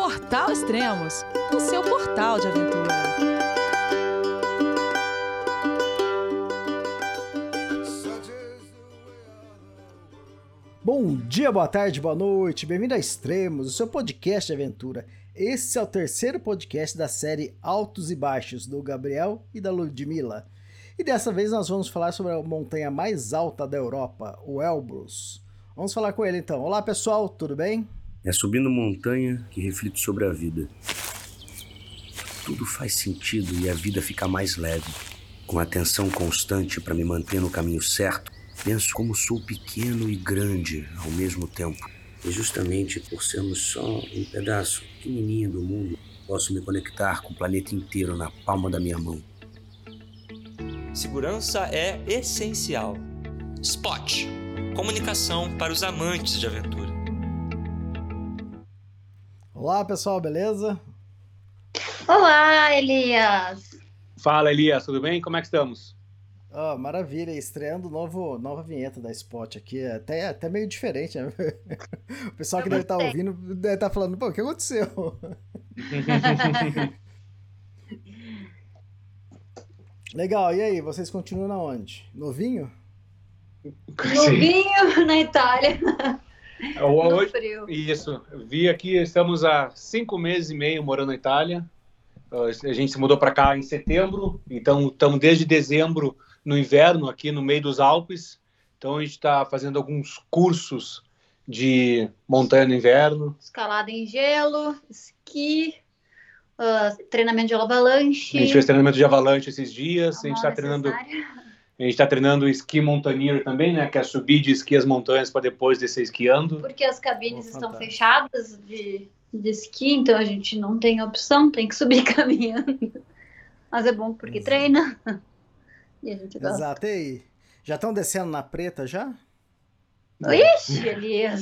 Portal Extremos, o seu portal de aventura. Bom dia, boa tarde, boa noite, bem-vindo a Extremos, o seu podcast de aventura. Esse é o terceiro podcast da série Altos e Baixos, do Gabriel e da Ludmilla. E dessa vez nós vamos falar sobre a montanha mais alta da Europa, o Elbrus. Vamos falar com ele então. Olá pessoal, tudo bem? É subindo montanha que reflito sobre a vida. Tudo faz sentido e a vida fica mais leve. Com atenção constante para me manter no caminho certo, penso como sou pequeno e grande ao mesmo tempo. E justamente por sermos só um pedaço pequenininho do mundo, posso me conectar com o planeta inteiro na palma da minha mão. Segurança é essencial. Spot. Comunicação para os amantes de aventura. Olá pessoal, beleza? Olá, Elias. Fala, Elias, tudo bem? Como é que estamos? Oh, maravilha, estreando nova vinheta da Spot aqui, até meio diferente, né? O pessoal que deve estar ouvindo deve estar falando, pô, o que aconteceu? Legal, e aí, vocês continuam aonde? Novinho? Novinho na Itália. Hoje, frio. Isso, vi aqui, estamos há 5 meses e meio morando na Itália. A gente se mudou para cá em setembro, então estamos desde dezembro no inverno, aqui no meio dos Alpes. Então a gente está fazendo alguns cursos de montanha no inverno. Escalada em gelo, esqui, treinamento de avalanche. A gente fez treinamento de avalanche esses dias. A gente está treinando esqui montaneiro também, né? Que é subir de esqui as montanhas para depois descer esquiando. Porque as cabines estão fechadas de esqui, então a gente não tem opção, tem que subir caminhando. Mas é bom porque treina. E a gente gosta. Exato, e aí? Já estão descendo na preta já? Ixi, Elias.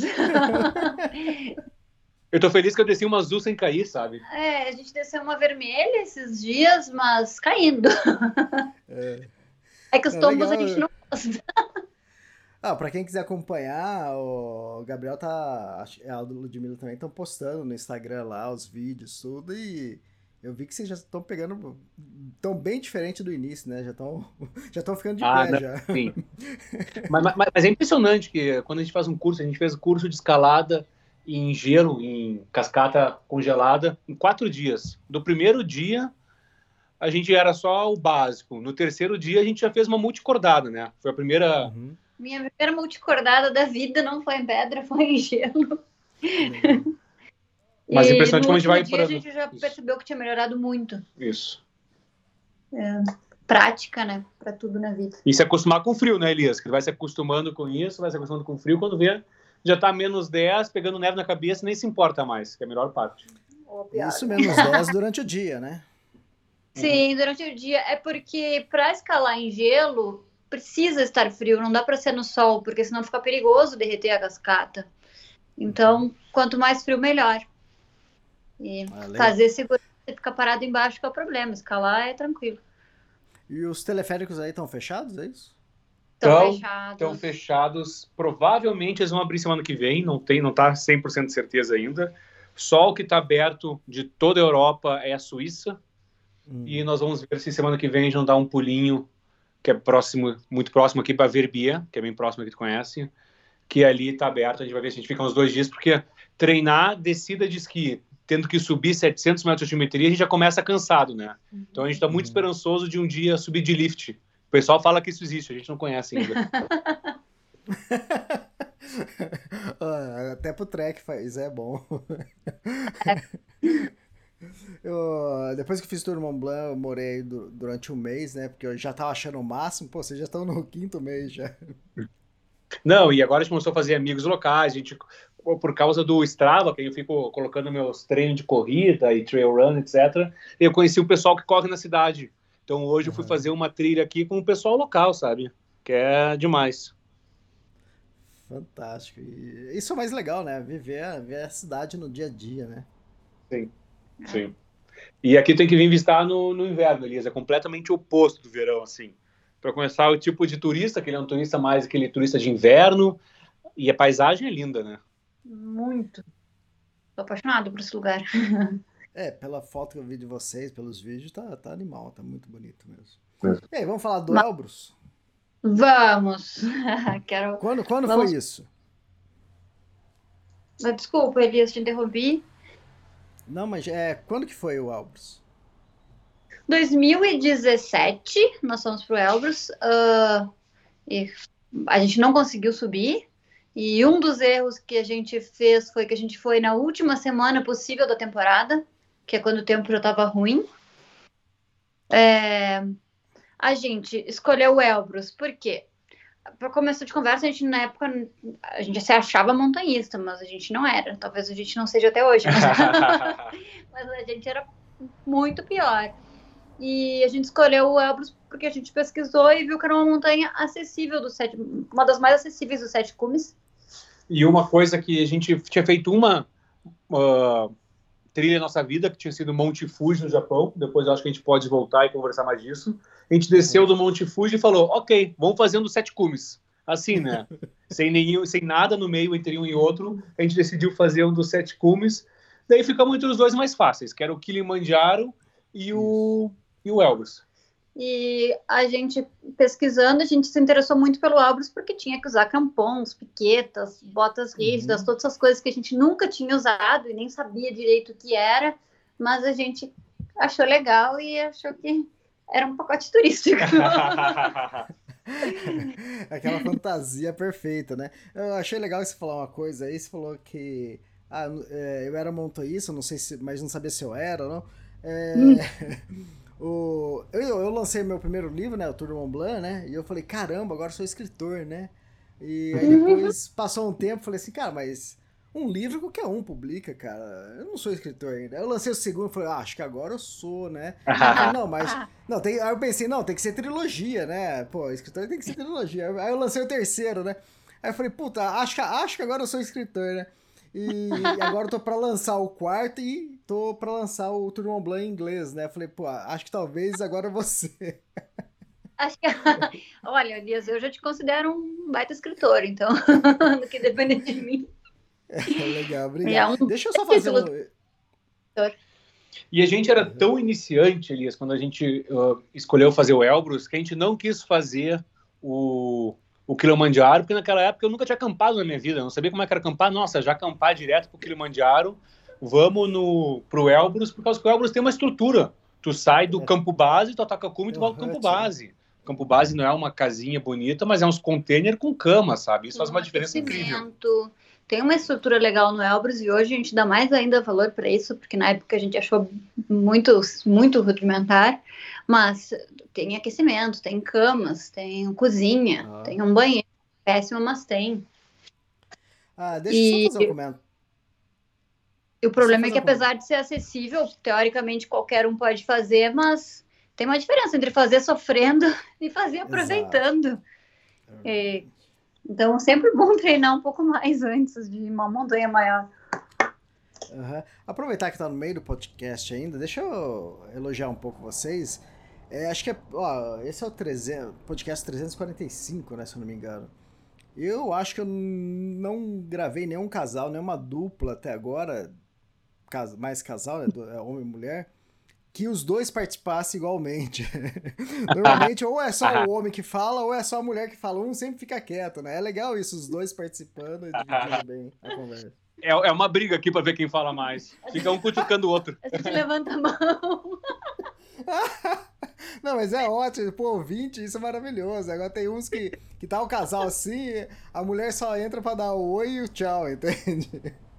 Eu tô feliz que eu desci uma azul sem cair, sabe? A gente desceu uma vermelha esses dias, mas caindo. É que os tombos a gente não gosta. Pra quem quiser acompanhar, o Gabriel a Ludmilla também estão postando no Instagram lá os vídeos, tudo, e eu vi que vocês já estão pegando, estão bem diferente do início, né? Já estão ficando de pé, né? já. Sim. mas é impressionante que quando a gente faz um curso, a gente fez o curso de escalada em gelo, em cascata congelada, em 4 dias. Do primeiro dia, a gente era só o básico. No terceiro dia, a gente já fez uma multicordada, né? Foi a primeira... Minha primeira multicordada da vida não foi em pedra, foi em gelo. Mas impressionante como a gente vai... A gente já percebeu que tinha melhorado muito. Isso. Prática, né? Pra tudo na vida. E se acostumar com frio, né, Elias? Que vai se acostumando com isso, vai se acostumando com frio. Quando vê, já tá menos 10, pegando neve na cabeça, nem se importa mais, que é a melhor parte. Isso, menos 10 durante o dia, né? Sim, durante o dia. É porque pra escalar em gelo, precisa estar frio, não dá pra ser no sol, porque senão fica perigoso derreter a cascata. Então, quanto mais frio, melhor. E fazer segurança e ficar parado embaixo que é o problema. Escalar é tranquilo. E os teleféricos aí estão fechados, é isso? Estão fechados. Provavelmente eles vão abrir semana que vem, não tá 100% de certeza ainda. Só o que está aberto de toda a Europa é a Suíça. E nós vamos ver se semana que vem já dar um pulinho, que é muito próximo aqui para Verbier, que é bem próximo aqui, tu conhece, que ali está aberto. A gente vai ver se a gente fica uns 2 dias, porque treinar descida de esqui, tendo que subir 700 metros de altimetria, a gente já começa cansado, né? Então a gente está muito esperançoso de um dia subir de lift. O pessoal fala que isso existe, a gente não conhece ainda. Até pro trek faz, é bom. Depois que fiz Tour Mont Blanc, eu morei durante um mês, né? Porque eu já tava achando o máximo. Pô, vocês já estão no 5º mês já. Não, e agora a gente começou a fazer amigos locais, a gente, por causa do Strava, que eu fico colocando meus treinos de corrida e trail run, etc. Eu conheci o pessoal que corre na cidade. Então hoje eu fui fazer uma trilha aqui com o pessoal local, sabe? Que é demais. Fantástico. E isso é o mais legal, né? Ver a cidade no dia a dia, né? Sim. E aqui tem que vir visitar no inverno, Elias. É completamente oposto do verão, assim. Para começar, o tipo de turista, que ele é um turista mais aquele turista de inverno, e a paisagem é linda, né? Muito. Tô apaixonado por esse lugar. Pela foto que eu vi de vocês, pelos vídeos, tá animal, tá muito bonito mesmo. E aí, vamos falar do Elbrus? Vamos! Quando vamos... foi isso? Desculpa, Elias, te interrompi. Não, mas quando que foi o Elbrus? 2017, nós fomos pro Elbrus. E a gente não conseguiu subir. E um dos erros que a gente fez foi que a gente foi na última semana possível da temporada, que é quando o tempo já estava ruim. A gente escolheu o Elbrus, por quê? Para começo de conversa, a gente na época a gente se achava montanhista, mas a gente não era. Talvez a gente não seja até hoje, mas a gente era muito pior. E a gente escolheu o Elbrus porque a gente pesquisou e viu que era uma montanha acessível uma das mais acessíveis dos 7 cumes. E uma coisa que a gente tinha feito uma trilha na nossa vida, que tinha sido Monte Fuji no Japão. Depois eu acho que a gente pode voltar e conversar mais disso. A gente desceu do Monte Fuji e falou, ok, vamos fazendo 7 cumes. Assim, né? sem nada no meio entre um e outro, a gente decidiu fazer um dos 7 cumes. Daí ficamos entre os dois mais fáceis, que era o Kilimanjaro e o Elbrus. E a gente, pesquisando, a gente se interessou muito pelo Elbrus porque tinha que usar crampons, piquetas, botas rígidas, todas essas coisas que a gente nunca tinha usado e nem sabia direito o que era, mas a gente achou legal e achou que era um pacote turístico. Aquela fantasia perfeita, né? Eu achei legal você falar uma coisa aí, você falou que eu era montanhista, não sei mas não sabia se eu era ou não. Eu lancei meu primeiro livro, né, o Tour de Mont Blanc, né, e eu falei, caramba, agora sou escritor, né, e aí depois passou um tempo, falei assim, cara, mas um livro qualquer um publica, cara, eu não sou escritor ainda. Eu lancei o segundo e falei, acho que agora eu sou, né, aí eu pensei, não, tem que ser trilogia, né, pô, escritor tem que ser trilogia, aí eu lancei o terceiro, né, aí eu falei, puta, acho que agora eu sou escritor, né. E agora eu tô pra lançar o quarto e tô pra lançar o Tour de Mont Blanc em inglês, né? Falei, pô, acho que talvez agora você. Olha, Elias, eu já te considero um baita escritor, então, no que depende de mim. Legal, obrigado. Deixa eu só fazer E a gente era tão iniciante, Elias, quando a gente escolheu fazer o Elbrus, que a gente não quis fazer o Kilimanjaro, porque naquela época eu nunca tinha acampado na minha vida, eu não sabia como é que era acampar. Nossa, já acampar direto pro Kilimanjaro, vamos pro Elbrus, por causa que o Elbrus tem uma estrutura. Tu sai do campo base, tu ataca cume e tu volta pro campo base. O campo base não é uma casinha bonita, mas é uns containers com cama, sabe? Isso faz uma diferença incrível. Tem uma estrutura legal no Elbrus e hoje a gente dá mais ainda valor para isso, porque na época a gente achou muito, muito rudimentar, mas tem aquecimento, tem camas, tem cozinha, tem um banheiro, péssimo, mas tem. Deixa eu só fazer um comentário. E o problema é que apesar de ser acessível, teoricamente qualquer um pode fazer, mas tem uma diferença entre fazer sofrendo e fazer aproveitando. Então, sempre bom treinar um pouco mais antes de uma montanha maior. Aproveitar que tá no meio do podcast ainda, deixa eu elogiar um pouco vocês. Acho que esse é o podcast 345, né, se eu não me engano. Eu acho que eu não gravei nenhum casal, nenhuma dupla até agora, mais casal, né, homem e mulher, que os dois participassem igualmente. Normalmente, ou é só o homem que fala, ou é só a mulher que fala. Um sempre fica quieto, né? É legal isso, os dois participando e dividindo bem a conversa. É uma briga aqui pra ver quem fala mais. Fica um cutucando o outro. A gente levanta a mão. Não, mas é ótimo. Pô, 20, isso é maravilhoso. Agora tem uns que tá o casal assim, a mulher só entra pra dar o oi e o tchau, entende?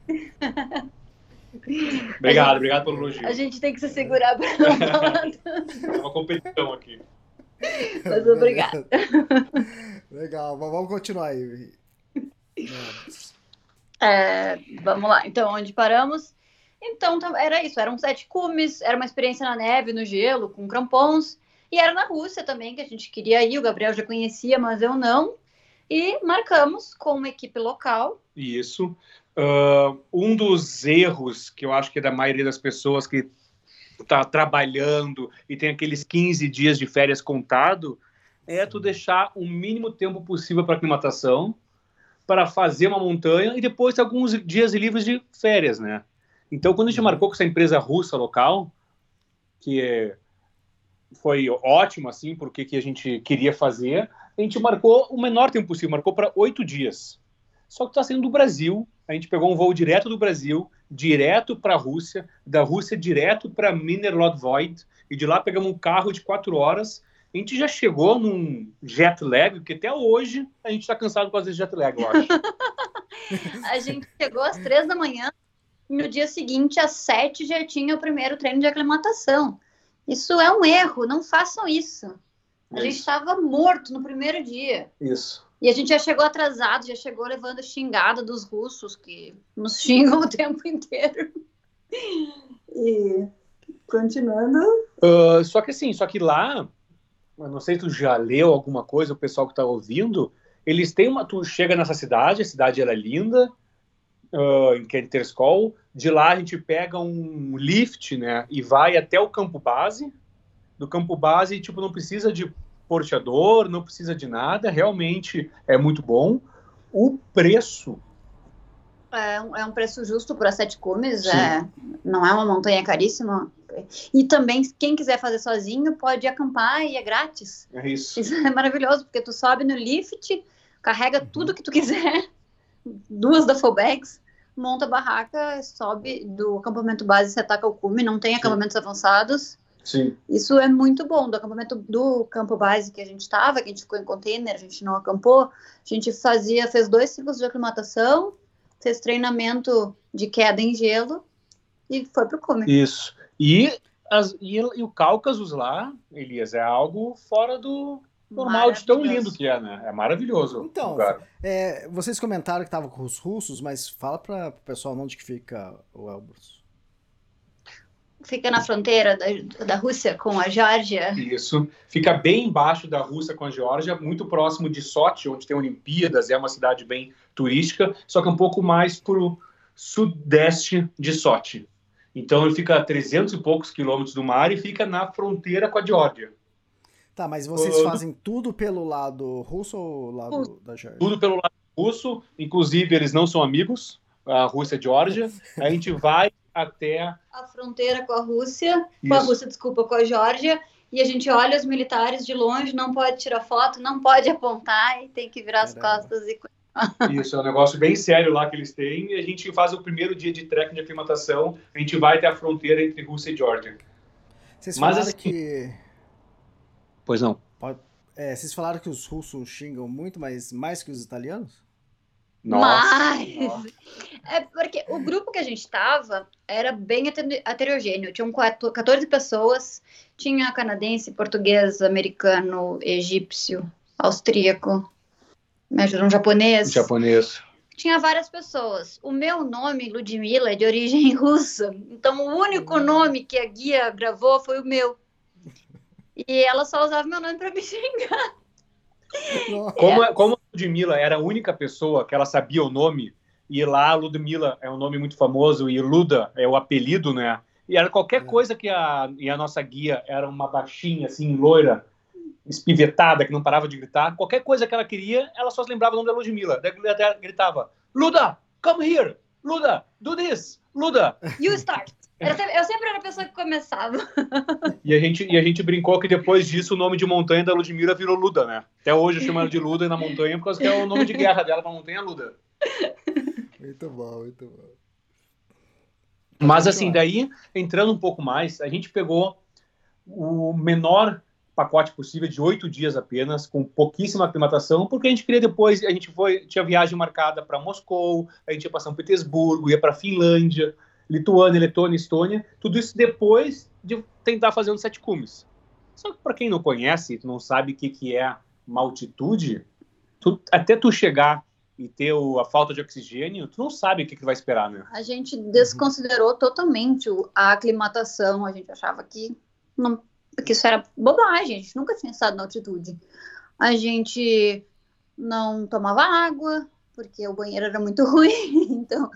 Obrigado pelo elogio. A gente tem que se segurar para não falar tanto. É uma competição aqui. Mas obrigado. Legal, vamos continuar aí. Vamos lá, então, onde paramos? Então, era isso, eram 7 cumes, era uma experiência na neve, no gelo, com crampons, e era na Rússia também, que a gente queria ir, o Gabriel já conhecia, mas eu não, e marcamos com uma equipe local. Isso. Um dos erros que eu acho que é da maioria das pessoas que está trabalhando e tem aqueles 15 dias de férias contado é tu deixar o mínimo tempo possível para aclimatação, para fazer uma montanha e depois ter alguns dias livres de férias, né? Então, quando a gente marcou com essa empresa russa local, que foi ótimo, assim, porque que a gente queria fazer, a gente marcou o menor tempo possível, marcou para 8 dias. Só que está saindo do Brasil, a gente pegou um voo direto do Brasil, direto para a Rússia, da Rússia direto para Minerlodvoid, e de lá pegamos um carro de 4 horas. A gente já chegou num jet lag, que até hoje a gente está cansado com esse jet lag, eu acho. A gente chegou às 3 da manhã, e no dia seguinte, às 7, já tinha o primeiro treino de aclimatação. Isso é um erro, não façam isso. A gente estava morto no primeiro dia. Isso. E a gente já chegou atrasado, já chegou levando xingada dos russos, que nos xingam o tempo inteiro. E continuando. Só que lá, eu não sei se tu já leu alguma coisa, o pessoal que está ouvindo, eles têm tu chega nessa cidade, a cidade ela é linda, em Terskol, de lá a gente pega um lift, né, e vai até o campo base. Do campo base, tipo, não precisa de porteador, não precisa de nada, realmente é muito bom. O preço... É um preço justo para 7 cumes, não é uma montanha caríssima. E também, quem quiser fazer sozinho, pode acampar e é grátis. É isso. Isso é maravilhoso, porque tu sobe no lift, carrega tudo que tu quiser, 2 duffel-bags, monta a barraca, sobe do acampamento base, você ataca o cume, não tem acampamentos avançados. Sim. Isso é muito bom. Do acampamento do campo base que a gente estava, que a gente ficou em container, a gente não acampou, a gente fez 2 ciclos de aclimatação, fez treinamento de queda em gelo e foi pro cume. Isso. E o Cáucaso lá, Elias, é algo fora do normal, de tão lindo que é, né? É maravilhoso. Então, vocês comentaram que estavam com os russos, mas fala para o pessoal onde que fica o Elbrus. Fica na fronteira da Rússia com a Geórgia. Isso. Fica bem embaixo da Rússia com a Geórgia, muito próximo de Sochi, onde tem Olimpíadas, é uma cidade bem turística, só que um pouco mais para o sudeste de Sochi. Então ele fica a 300 e poucos quilômetros do mar e fica na fronteira com a Geórgia. Tá, mas vocês fazem tudo pelo lado russo ou lado da Geórgia? Tudo pelo lado russo, inclusive eles não são amigos, a Rússia e a Geórgia. A gente vai até a fronteira com a Rússia, com a Geórgia, e a gente olha os militares de longe, não pode tirar foto, não pode apontar e tem que virar as costas e... Isso, é um negócio bem sério lá que eles têm, e a gente faz o primeiro dia de trekking de aclimatação, a gente vai até a fronteira entre Rússia e Geórgia. Vocês falaram que... Pois não. Vocês falaram que os russos xingam muito, mas mais que os italianos? Nossa. É porque o grupo que a gente estava era bem heterogêneo. Tinham 14 pessoas, tinha canadense, português, americano, egípcio, austríaco, me ajuda um japonês. Tinha várias pessoas. O meu nome, Ludmila, é de origem russa. Então, o único nome que a guia gravou foi o meu. E ela só usava meu nome para me xingar. Como a Ludmila era a única pessoa que ela sabia o nome, e lá a Ludmila é um nome muito famoso, e Luda é o apelido, né? E era qualquer coisa que a nossa guia era uma baixinha, assim, loira, espivetada, que não parava de gritar. Qualquer coisa que ela queria, ela só se lembrava o nome da Ludmila. Daí ela gritava, Luda, come here! Luda, do this! Luda! You start! Eu sempre era a pessoa que começava. E a gente brincou que depois disso o nome de montanha da Ludmila virou Luda, né? Até hoje eu chamo ela de Luda na montanha, por causa que é o nome de guerra dela pra montanha, Luda. Muito bom, muito bom. Mas assim, daí, entrando um pouco mais, a gente pegou o menor pacote possível de 8 dias apenas, com pouquíssima aclimatação, porque a gente queria depois, tinha viagem marcada para Moscou, a gente ia para São Petersburgo, ia para Finlândia, Lituânia, Letônia, Estônia, tudo isso depois de tentar fazer um 7 cumes. Só que para quem não conhece, tu não sabe o que é uma altitude, até tu chegar e ter a falta de oxigênio, tu não sabe o que vai esperar, né? A gente desconsiderou totalmente a aclimatação, a gente achava que isso era bobagem, a gente nunca tinha estado na altitude. A gente não tomava água, porque o banheiro era muito ruim, então...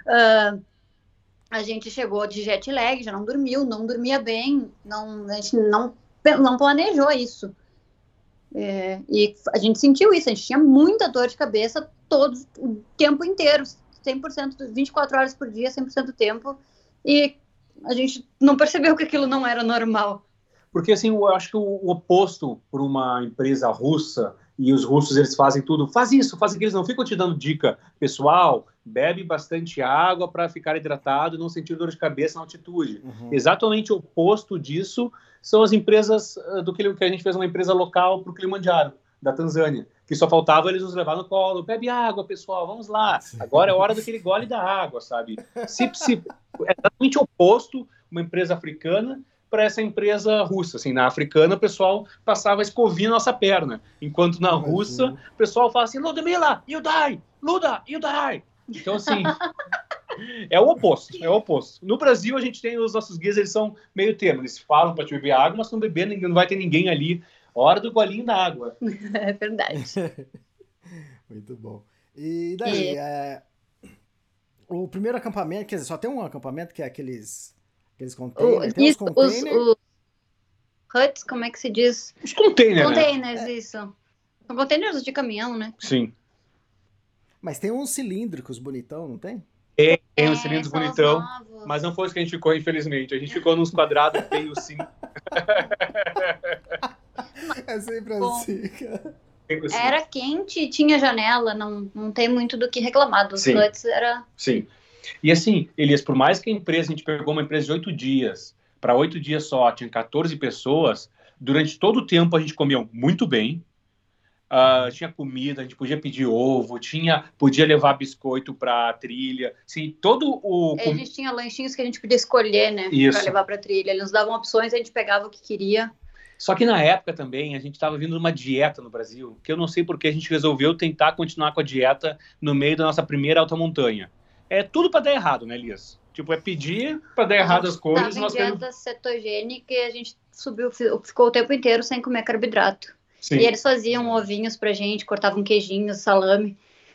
a gente chegou de jet lag, já não dormia bem, a gente não planejou isso. E a gente sentiu isso, a gente tinha muita dor de cabeça o tempo inteiro, 100%, 24 horas por dia, 100% do tempo. e a gente não percebeu que aquilo não era normal. Porque, assim, eu acho que o oposto por uma empresa russa, e os russos, eles fazem tudo, faz isso, faz aquilo, eles não ficam te dando dica. Pessoal, bebe bastante água para ficar hidratado e não sentir dor de cabeça na altitude. Exatamente o oposto disso são as empresas do que a gente fez, uma empresa local para o Kilimanjaro, da Tanzânia, que só faltava eles nos levar no colo. Bebe água, pessoal, vamos lá. Agora é hora daquele gole da água, sabe? É exatamente o oposto, uma empresa africana para essa empresa russa. Assim, na africana, o pessoal passava escovinha na nossa perna, enquanto na russa, o pessoal fala assim, Ludmila, you die! Luda, you die! Então, assim, é o oposto. No Brasil, a gente tem os nossos guias, eles são meio termo, eles falam para te beber água, mas se não beber, não vai ter ninguém ali. Hora do golinho da água. É verdade. Muito bom. E daí, o primeiro acampamento, quer dizer, só tem um acampamento que é aqueles containers. Tem os huts, como é que se diz? Os containers, né? Isso. São containers de caminhão, né? Sim. Mas tem uns cilíndricos bonitão, não tem? Tem uns cilindros bonitão, mas não foi isso que a gente ficou, infelizmente. A gente ficou nos quadrados feio, sim. É sempre assim, cara. Era quente, tinha janela, não tem muito do que reclamar dos huts, era... Sim. E assim, Elias, por mais que a gente pegou uma empresa de 8 dias, para 8 dias só, tinha 14 pessoas, durante todo o tempo a gente comia muito bem, tinha comida, a gente podia pedir ovo, podia levar biscoito para trilha, assim, a gente tinha lanchinhos que a gente podia escolher, né, para levar para trilha, eles nos davam opções, a gente pegava o que queria. Só que na época também, a gente estava vindo de uma dieta no Brasil, que eu não sei porque a gente resolveu tentar continuar com a dieta no meio da nossa primeira alta montanha. É tudo para dar errado, né, Elias? Tipo, é pedir para dar errado as coisas. Tava em dieta cetogênica e a gente ficou o tempo inteiro sem comer carboidrato. Sim. E eles faziam ovinhos pra gente, cortavam queijinho, salame.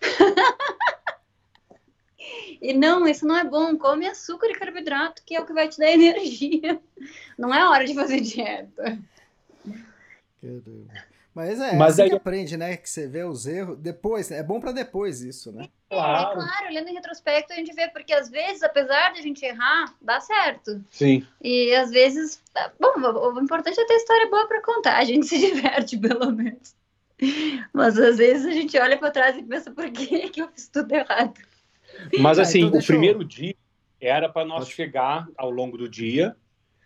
E não, isso não é bom. Come açúcar e carboidrato, que é o que vai te dar energia. Não é hora de fazer dieta. Mas assim que aprende, né? Que você vê os erros depois. É bom pra depois isso, né? Claro, olhando em retrospecto a gente vê, porque às vezes, apesar de a gente errar, dá certo. Sim. E às vezes, bom, o importante é ter história boa pra contar, a gente se diverte pelo menos. Mas às vezes a gente olha pra trás e pensa, por que eu fiz tudo errado? Mas assim, então, o primeiro dia era para nós chegar ao longo do dia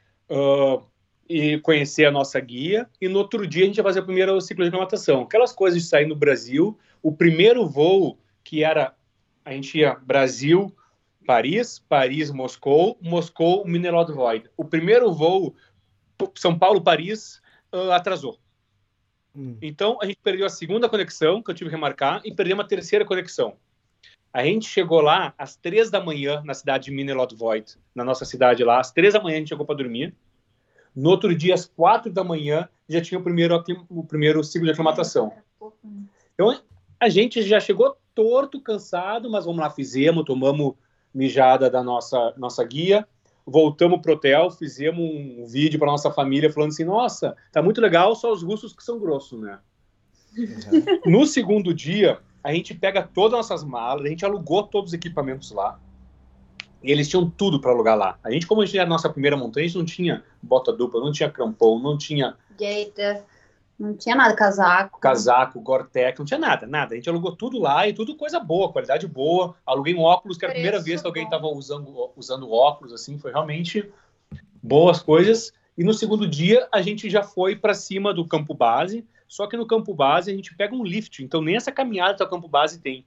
e conhecer a nossa guia, e no outro dia a gente ia fazer o primeiro ciclo de aclimatação. Aquelas coisas de sair no Brasil, o primeiro voo que era, a gente ia Brasil, Paris, Moscou, Minelod-Void. O primeiro voo, São Paulo, Paris, atrasou. Então a gente perdeu a segunda conexão, que eu tive que remarcar, e perdeu uma terceira conexão. A gente chegou lá às 3 da manhã, na cidade de Minelod-Void, na nossa cidade lá, às 3 da manhã a gente chegou para dormir. No outro dia, às 4 da manhã, já tinha o primeiro ciclo de aclimatação. Então, a gente já chegou torto, cansado, mas vamos lá, tomamos mijada da nossa guia, voltamos pro hotel, fizemos um vídeo para nossa família falando assim, nossa, tá muito legal, só os russos que são grossos, né? No segundo dia, a gente pega todas as nossas malas, a gente alugou todos os equipamentos lá, e eles tinham tudo para alugar lá. A gente, como a gente era a nossa primeira montanha, a gente não tinha bota dupla, não tinha crampon, não tinha... Gator, não tinha nada, casaco, Gore-Tex, não tinha nada. A gente alugou tudo lá e tudo coisa boa, qualidade boa. Aluguei um óculos, que era a primeira vez que alguém estava usando óculos, assim, foi realmente boas coisas. E no segundo dia, a gente já foi para cima do campo base, só que no campo base a gente pega um lift, então nem essa caminhada até o campo base tem.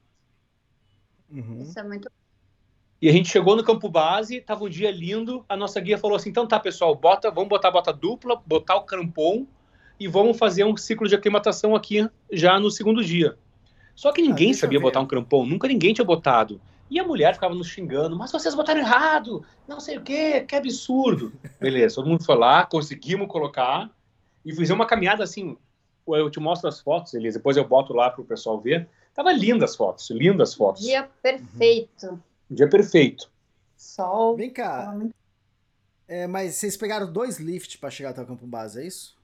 Isso é muito... E a gente chegou no campo base, tava um dia lindo, a nossa guia falou assim, então tá, pessoal, vamos botar bota dupla, botar o crampon e vamos fazer um ciclo de aclimatação aqui já no segundo dia. Só que ninguém sabia botar um crampon, nunca ninguém tinha botado. E a mulher ficava nos xingando, mas vocês botaram errado, não sei o quê, que absurdo. Beleza, todo mundo foi lá, conseguimos colocar e fizemos uma caminhada assim, eu te mostro as fotos, Elisa, depois eu boto lá pro pessoal ver. Tava lindas as fotos. Dia perfeito. Dia perfeito. Sol. Vem cá. Mas vocês pegaram 2 lifts para chegar até o campo base, é isso?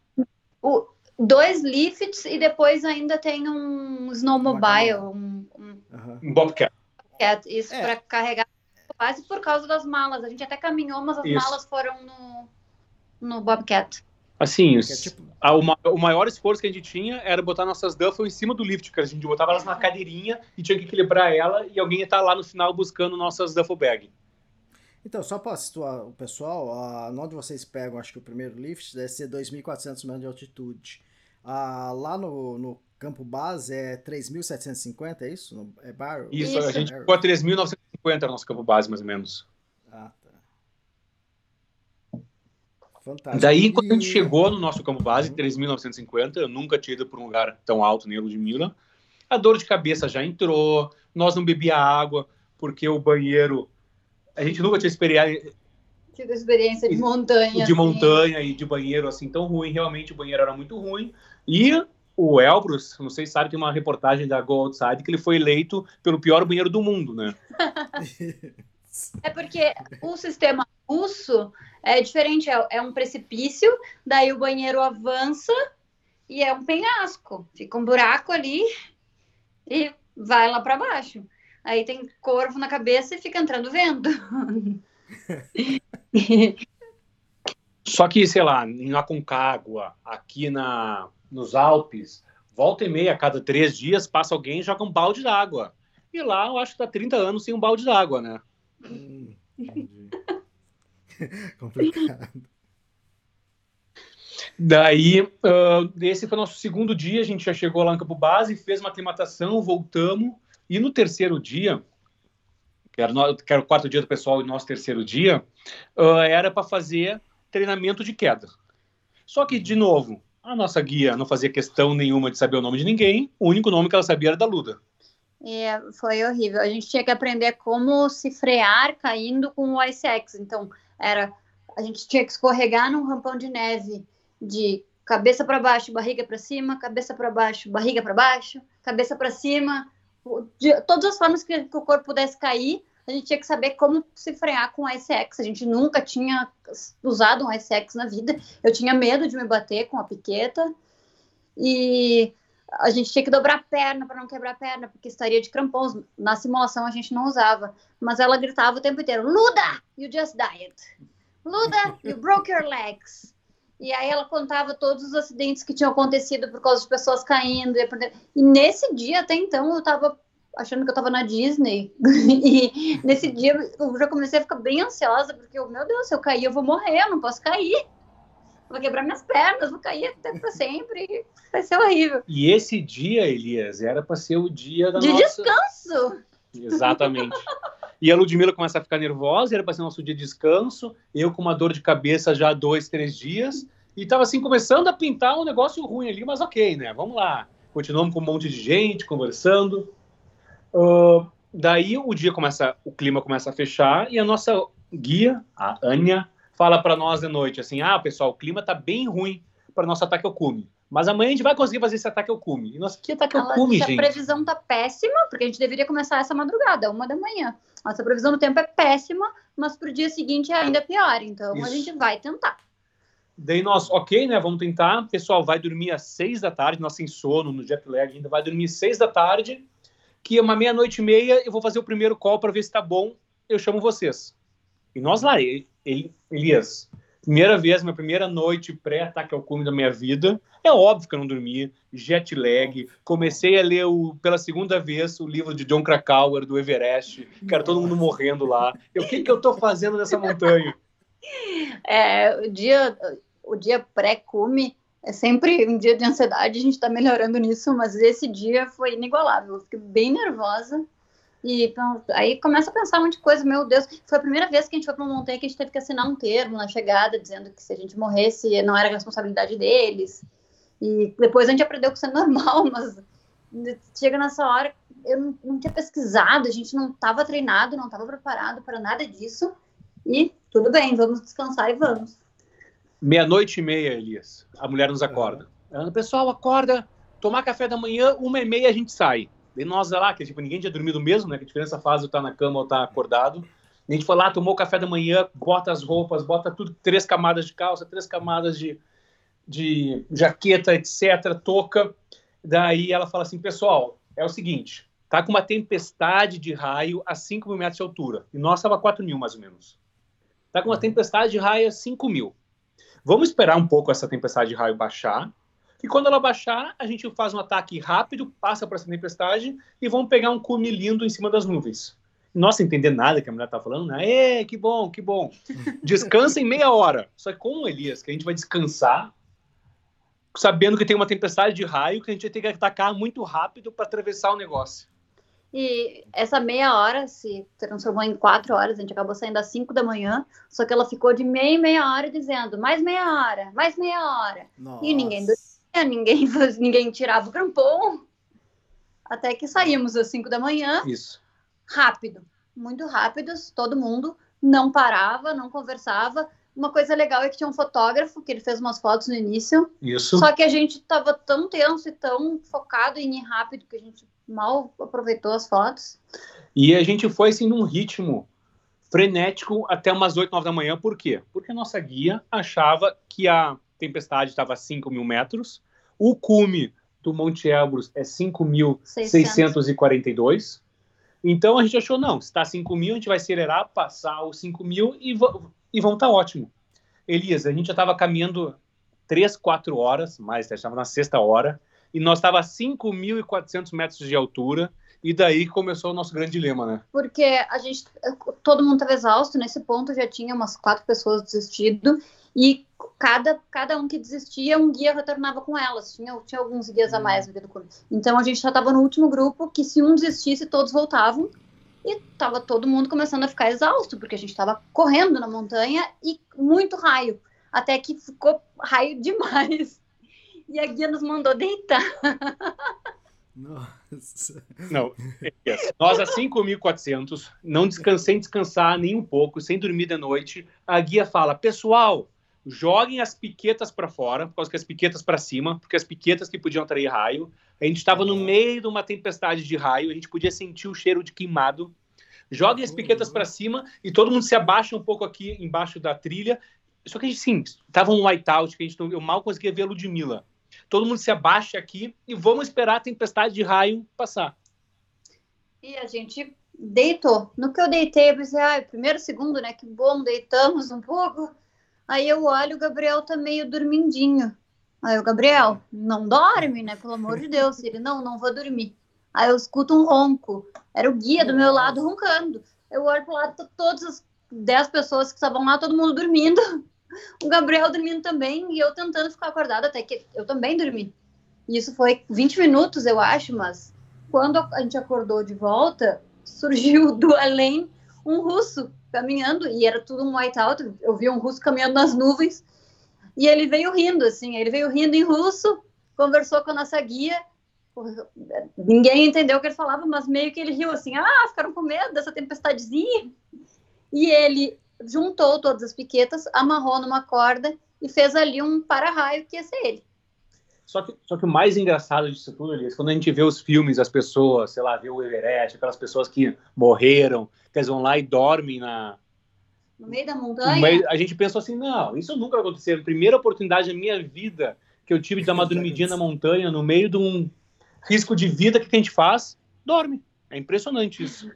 2 lifts e depois ainda tem um snowmobile, um Bobcat. Isso para carregar base por causa das malas. A gente até caminhou, mas as malas foram no Bobcat. Assim, o maior esforço que a gente tinha era botar nossas duffel em cima do lift, cara. A gente botava elas na cadeirinha e tinha que equilibrar ela e alguém ia estar lá no final buscando nossas duffel bag. Então, só para situar o pessoal, onde vocês pegam, acho que o primeiro lift deve ser 2.400 metros de altitude. Lá no campo base é 3.750, é isso? É Barrow? Isso, a gente ficou a 3.950 no nosso campo base, mais ou menos. Ah, tá. Fantástico. Daí, quando a gente chegou no nosso campo base, 3.950, eu nunca tinha ido para um lugar tão alto nem Ludmilla, a dor de cabeça já entrou, nós não bebia água, porque o banheiro... A gente nunca tinha tido experiência de montanha. De montanha e de banheiro assim tão ruim. Realmente o banheiro era muito ruim. E o Elbrus, não sei se sabe, tem uma reportagem da Go Outside que ele foi eleito pelo pior banheiro do mundo, né? É porque o sistema russo é diferente, é um precipício, daí o banheiro avança e é um penhasco. Fica um buraco ali e vai lá para baixo. Aí tem corvo na cabeça e fica entrando vento. Só que, sei lá, em Aconcagua, aqui nos Alpes, volta e meia, a cada 3 dias, passa alguém e joga um balde d'água. E lá, eu acho que tá 30 anos sem um balde d'água, né? Complicado. Daí, esse foi o nosso segundo dia, a gente já chegou lá no campo base, fez uma aclimatação, voltamos. E no terceiro dia, que era o quarto dia do pessoal e nosso terceiro dia, era para fazer treinamento de queda. Só que, de novo, a nossa guia não fazia questão nenhuma de saber o nome de ninguém, o único nome que ela sabia era da Luda. Foi horrível. A gente tinha que aprender como se frear caindo com o Ice Axe. Então, a gente tinha que escorregar num rampão de neve de cabeça para baixo, barriga para cima, cabeça para baixo, barriga para baixo, cabeça para cima... De todas as formas que o corpo pudesse cair, a gente tinha que saber como se frear com o Ice Axe. A gente nunca tinha usado um Ice Axe na vida. Eu tinha medo de me bater com a piqueta. E a gente tinha que dobrar a perna para não quebrar a perna, porque estaria de crampons. Na simulação a gente não usava. Mas ela gritava o tempo inteiro, Luda, you just died. Luda, you broke your legs. E aí ela contava todos os acidentes que tinham acontecido por causa de pessoas caindo. E nesse dia, até então, eu tava achando que eu tava na Disney. E nesse dia eu já comecei a ficar bem ansiosa, porque, meu Deus, se eu cair, eu vou morrer, eu não posso cair. Vou quebrar minhas pernas, vou cair até pra sempre. Vai ser horrível. E esse dia, Elias, era para ser o dia da de descanso. Exatamente. E a Ludmilla começa a ficar nervosa, era para ser nosso dia de descanso, eu com uma dor de cabeça já há 2, 3 dias, e tava assim, começando a pintar um negócio ruim ali, mas ok, né, vamos lá. Continuamos com um monte de gente, conversando. Daí o clima começa a fechar, e a nossa guia, a Anya, fala para nós de noite, assim, pessoal, o clima tá bem ruim para nosso ataque ao cume. Mas amanhã a gente vai conseguir fazer esse ataque ao cume. E que ataque ao cume, gente? A previsão tá péssima, porque a gente deveria começar essa madrugada, 1h. Nossa previsão do tempo é péssima, mas pro dia seguinte é ainda pior. Então a gente vai tentar. Daí nós, ok, né? Vamos tentar. O pessoal vai dormir às 6 da tarde, nós sem sono, no jet lag, ainda vai dormir às 6 da tarde, que 1h30 eu vou fazer o primeiro call para ver se tá bom. Eu chamo vocês. E nós lá, Elias, minha primeira noite pré-ataque ao cume da minha vida. É óbvio que eu não dormi, jet lag. Comecei a ler pela segunda vez o livro de Jon Krakauer, do Everest. Cara, todo mundo morrendo lá. O que eu tô fazendo nessa montanha? O dia pré-cume é sempre um dia de ansiedade, a gente tá melhorando nisso, mas esse dia foi inigualável. Eu fiquei bem nervosa. E aí começa a pensar um monte de coisa, meu Deus, foi a primeira vez que a gente foi para uma montanha que a gente teve que assinar um termo na chegada, dizendo que se a gente morresse não era responsabilidade deles, e depois a gente aprendeu que isso é normal, mas chega nessa hora, eu não tinha pesquisado, a gente não estava treinado, não estava preparado para nada disso, e tudo bem, vamos descansar e vamos. 00:30, Elias, a mulher nos acorda. Pessoal, acorda, tomar café da manhã, 1h30 a gente sai. Daí nós lá, que tipo, ninguém tinha dormido mesmo, né? Que a diferença faz eu estar na cama ou estar acordado. A gente foi lá, tomou o café da manhã, bota as roupas, bota tudo, 3 camadas de calça, 3 camadas de jaqueta, etc., touca. Daí ela fala assim, pessoal, é o seguinte, tá com uma tempestade de raio a 5 mil metros de altura. E nós estava a 4 mil, mais ou menos. Tá com uma tempestade de raio a 5 mil. Vamos esperar um pouco essa tempestade de raio baixar. E quando ela baixar, a gente faz um ataque rápido, passa por essa tempestade e vamos pegar um cume lindo em cima das nuvens. Nossa, entender nada que a mulher tá falando, né? Que bom, que bom. Descansa em meia hora. Só que com o Elias, que a gente vai descansar, sabendo que tem uma tempestade de raio, que a gente vai ter que atacar muito rápido para atravessar o negócio. E essa meia hora se transformou em 4 horas, a gente acabou saindo às 5 da manhã, só que ela ficou de meia hora dizendo, mais meia hora, mais meia hora. Nossa. E ninguém dormia, ninguém tirava o crampon, até que saímos às 5 da manhã. Isso. Rápido, muito rápidos, todo mundo não parava, não conversava. Uma coisa legal é que tinha um fotógrafo, que ele fez umas fotos no início. Isso. Só que a gente tava tão tenso e tão focado em ir rápido que a gente mal aproveitou as fotos. E a gente foi assim num ritmo frenético até umas 8, 9 da manhã. Por quê? Porque a nossa guia achava que a tempestade estava a 5 mil metros, o cume do Monte Elbrus é 5.642. Então a gente achou, não, se está 5 mil, a gente vai acelerar, passar os 5 mil e vão estar ótimo. Elias, a gente já estava caminhando 3, 4 horas, mais, já estava na 6ª hora, e nós estava a 5.400 metros de altura, e daí começou o nosso grande dilema, né? Porque todo mundo estava exausto, nesse ponto já tinha umas 4 pessoas desistido, e cada um que desistia, um guia retornava com elas, tinha alguns guias a mais no dia do começo. Então a gente já estava no último grupo, que se um desistisse, todos voltavam, e estava todo mundo começando a ficar exausto, porque a gente estava correndo na montanha e muito raio, até que ficou raio demais. E a guia nos mandou deitar. Nossa. Não, nós a 5.400, sem descansar nem um pouco, sem dormir de noite, a guia fala, pessoal, joguem as piquetas para fora, por causa que as piquetas para cima, porque as piquetas que podiam atrair raio. A gente estava no meio de uma tempestade de raio, a gente podia sentir o cheiro de queimado. Joguem as piquetas para cima e todo mundo se abaixa um pouco aqui embaixo da trilha. Só que a gente, sim, estava um whiteout, que eu mal conseguia ver a Ludmilla. Todo mundo se abaixa aqui e vamos esperar a tempestade de raio passar. E a gente deitou. No que eu deitei, eu pensei, primeiro, segundo, né? Que bom, deitamos um pouco. Aí eu olho, o Gabriel tá meio dormindinho. Aí o Gabriel, não dorme, né? Pelo amor de Deus. Ele, não vou dormir. Aí eu escuto um ronco. Era o guia do meu lado roncando. Eu olho pro lado, todas as 10 pessoas que estavam lá, todo mundo dormindo. O Gabriel dormindo também e eu tentando ficar acordada, até que eu também dormi. Isso foi 20 minutos, eu acho, mas quando a gente acordou de volta, surgiu do além um russo caminhando, e era tudo um whiteout. Eu vi um russo caminhando nas nuvens, e ele veio rindo, assim, em russo, conversou com a nossa guia, ninguém entendeu o que ele falava, mas meio que ele riu assim, ficaram com medo dessa tempestadezinha, e ele juntou todas as piquetas, amarrou numa corda e fez ali um para-raio que ia ser ele. Só que o mais engraçado disso tudo, Elias, quando a gente vê os filmes, as pessoas, sei lá, vê o Everest, aquelas pessoas que morreram, que eles vão lá e dormem no meio da montanha, a gente pensou assim, não, isso nunca vai acontecer. A primeira oportunidade na minha vida que eu tive de dar uma dormidinha na montanha, no meio de um risco de vida, que a gente faz? Dorme. É impressionante isso.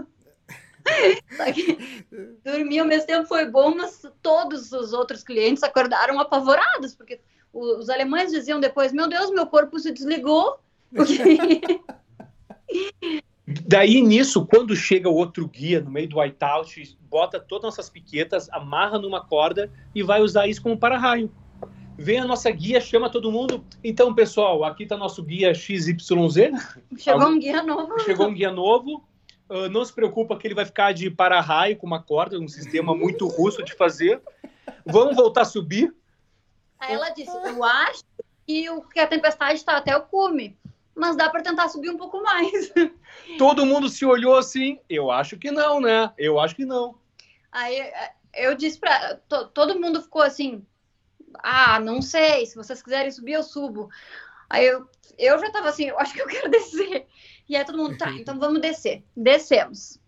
Dormir ao mesmo tempo foi bom, mas todos os outros clientes acordaram apavorados, porque os alemães diziam depois, meu Deus, meu corpo se desligou. Porque... Daí nisso, quando chega o outro guia no meio do whiteout, bota todas as nossas piquetas, amarra numa corda e vai usar isso como para-raio. Vem a nossa guia, chama todo mundo. Então, pessoal, aqui está nosso guia XYZ. Chegou um guia novo. Chegou um guia novo. Não se preocupa que ele vai ficar de para-raio com uma corda, um sistema muito russo de fazer. Vamos voltar a subir. Aí ela disse, eu acho que a tempestade está até o cume, mas dá para tentar subir um pouco mais. Todo mundo se olhou assim, eu acho que não, né? Eu acho que não. Aí eu disse para todo mundo ficou assim, não sei, se vocês quiserem subir, eu subo. Aí eu já estava assim, eu acho que eu quero descer. E aí todo mundo, tá, então vamos descer. Descemos.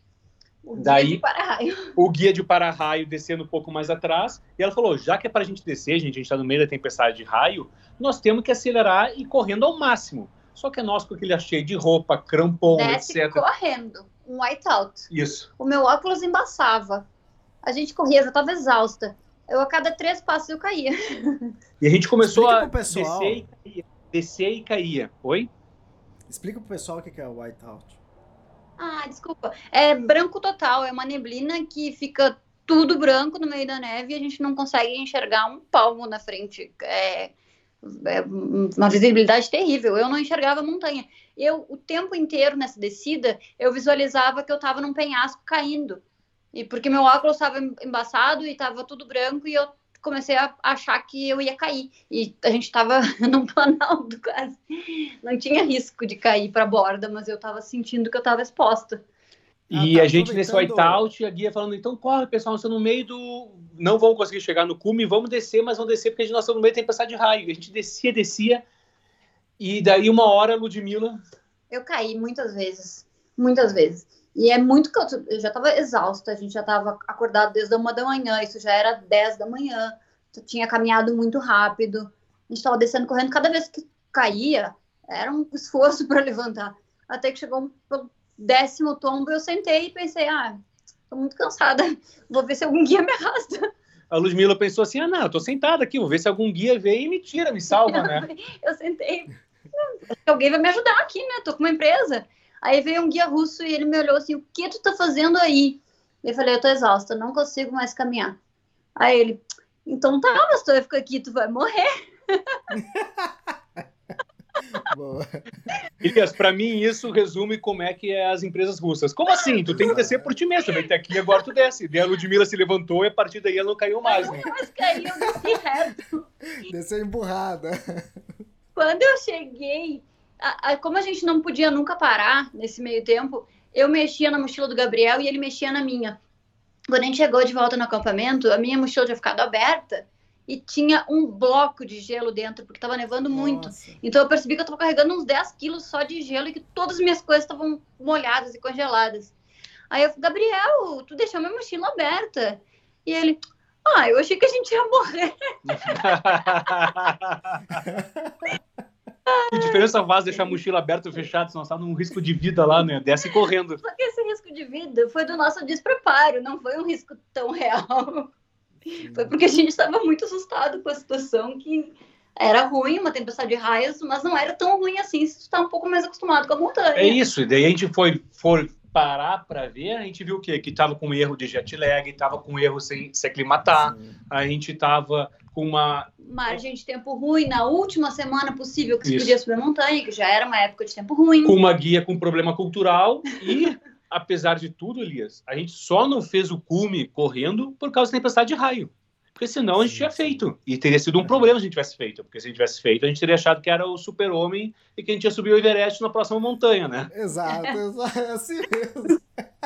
O guia de para-raio descendo um pouco mais atrás, e ela falou, já que é para a gente descer, a gente está no meio da tempestade de raio, nós temos que acelerar e ir correndo ao máximo. Só que nós com aquele cheio de roupa, crampon, Desce etc. correndo, um whiteout. Isso. O meu óculos embaçava. A gente corria, eu já estava exausta. Eu, a cada 3 passos, eu caía. E a gente começou a pessoal... descer e caía. Oi? Explica pro pessoal o que é o whiteout. Ah, desculpa. É branco total, é uma neblina que fica tudo branco no meio da neve e a gente não consegue enxergar um palmo na frente. É uma visibilidade terrível. Eu não enxergava a montanha. O tempo inteiro nessa descida, eu visualizava que eu estava num penhasco caindo. E porque meu óculos estava embaçado e estava tudo branco e eu comecei a achar que eu ia cair. E a gente estava num planalto quase. Não tinha risco de cair para a borda, mas eu estava sentindo que eu estava exposta. E a gente nesse whiteout, a guia falando, então corre, pessoal, nós estamos no meio do... Não vamos conseguir chegar no cume, vamos descer, mas vamos descer porque nós estamos no meio da tempestade de raio. A gente descia, e daí uma hora, Ludmila... Eu caí muitas vezes. E é muito que eu já estava exausta, a gente já estava acordado desde a 1 da manhã, isso já era 10 da manhã, eu tinha caminhado muito rápido, a gente estava descendo correndo, cada vez que caía, era um esforço para levantar. Até que chegou um 10º tombo, eu sentei e pensei, estou muito cansada, vou ver se algum guia me arrasta. A Ludmila pensou assim, não, eu tô sentada aqui, vou ver se algum guia vem e me tira, me salva, né? Eu sentei, alguém vai me ajudar aqui, né? Tô com uma empresa. Aí veio um guia russo e ele me olhou assim, o que tu tá fazendo aí? Eu falei, eu tô exausta, não consigo mais caminhar. Aí ele, então tá, mas tu vai ficar aqui, tu vai morrer. Boa. Elias, pra mim isso resume como é que é as empresas russas. Como assim? Tu tem que descer por ti mesmo, tu vem até aqui e agora tu desce. Daí a Ludmila se levantou e a partir daí ela não caiu mais, né? Mas caiu, eu desci reto. Desceu empurrada. Quando eu cheguei, como a gente não podia nunca parar nesse meio tempo, eu mexia na mochila do Gabriel e ele mexia na minha. Quando a gente chegou de volta no acampamento, a minha mochila tinha ficado aberta e tinha um bloco de gelo dentro, porque estava nevando muito. Nossa. Então eu percebi que eu estava carregando uns 10 quilos só de gelo e que todas as minhas coisas estavam molhadas e congeladas. Aí eu falei, Gabriel, tu deixou minha mochila aberta. E ele, eu achei que a gente ia morrer. Que diferença faz deixar a mochila aberta ou fechada, senão você tá num risco de vida lá, né? Desce correndo. Só que esse risco de vida foi do nosso despreparo, não foi um risco tão real. Foi porque a gente estava muito assustado com a situação, que era ruim, uma tempestade de raios, mas não era tão ruim assim se tu está um pouco mais acostumado com a montanha. É isso, e daí a gente foi parar para ver, a gente viu o quê? Que tava com erro de jet lag, tava com erro sem se aclimatar, a gente tava com uma margem de tempo ruim na última semana possível que se podia subir a montanha, que já era uma época de tempo ruim. Com uma guia com problema cultural e, apesar de tudo, Elias, a gente só não fez o cume correndo por causa da tempestade de raio. Porque senão a gente tinha feito. E teria sido um problema se a gente tivesse feito. Porque se a gente tivesse feito, a gente teria achado que era o super-homem e que a gente ia subir o Everest na próxima montanha, né? Exato, é assim mesmo.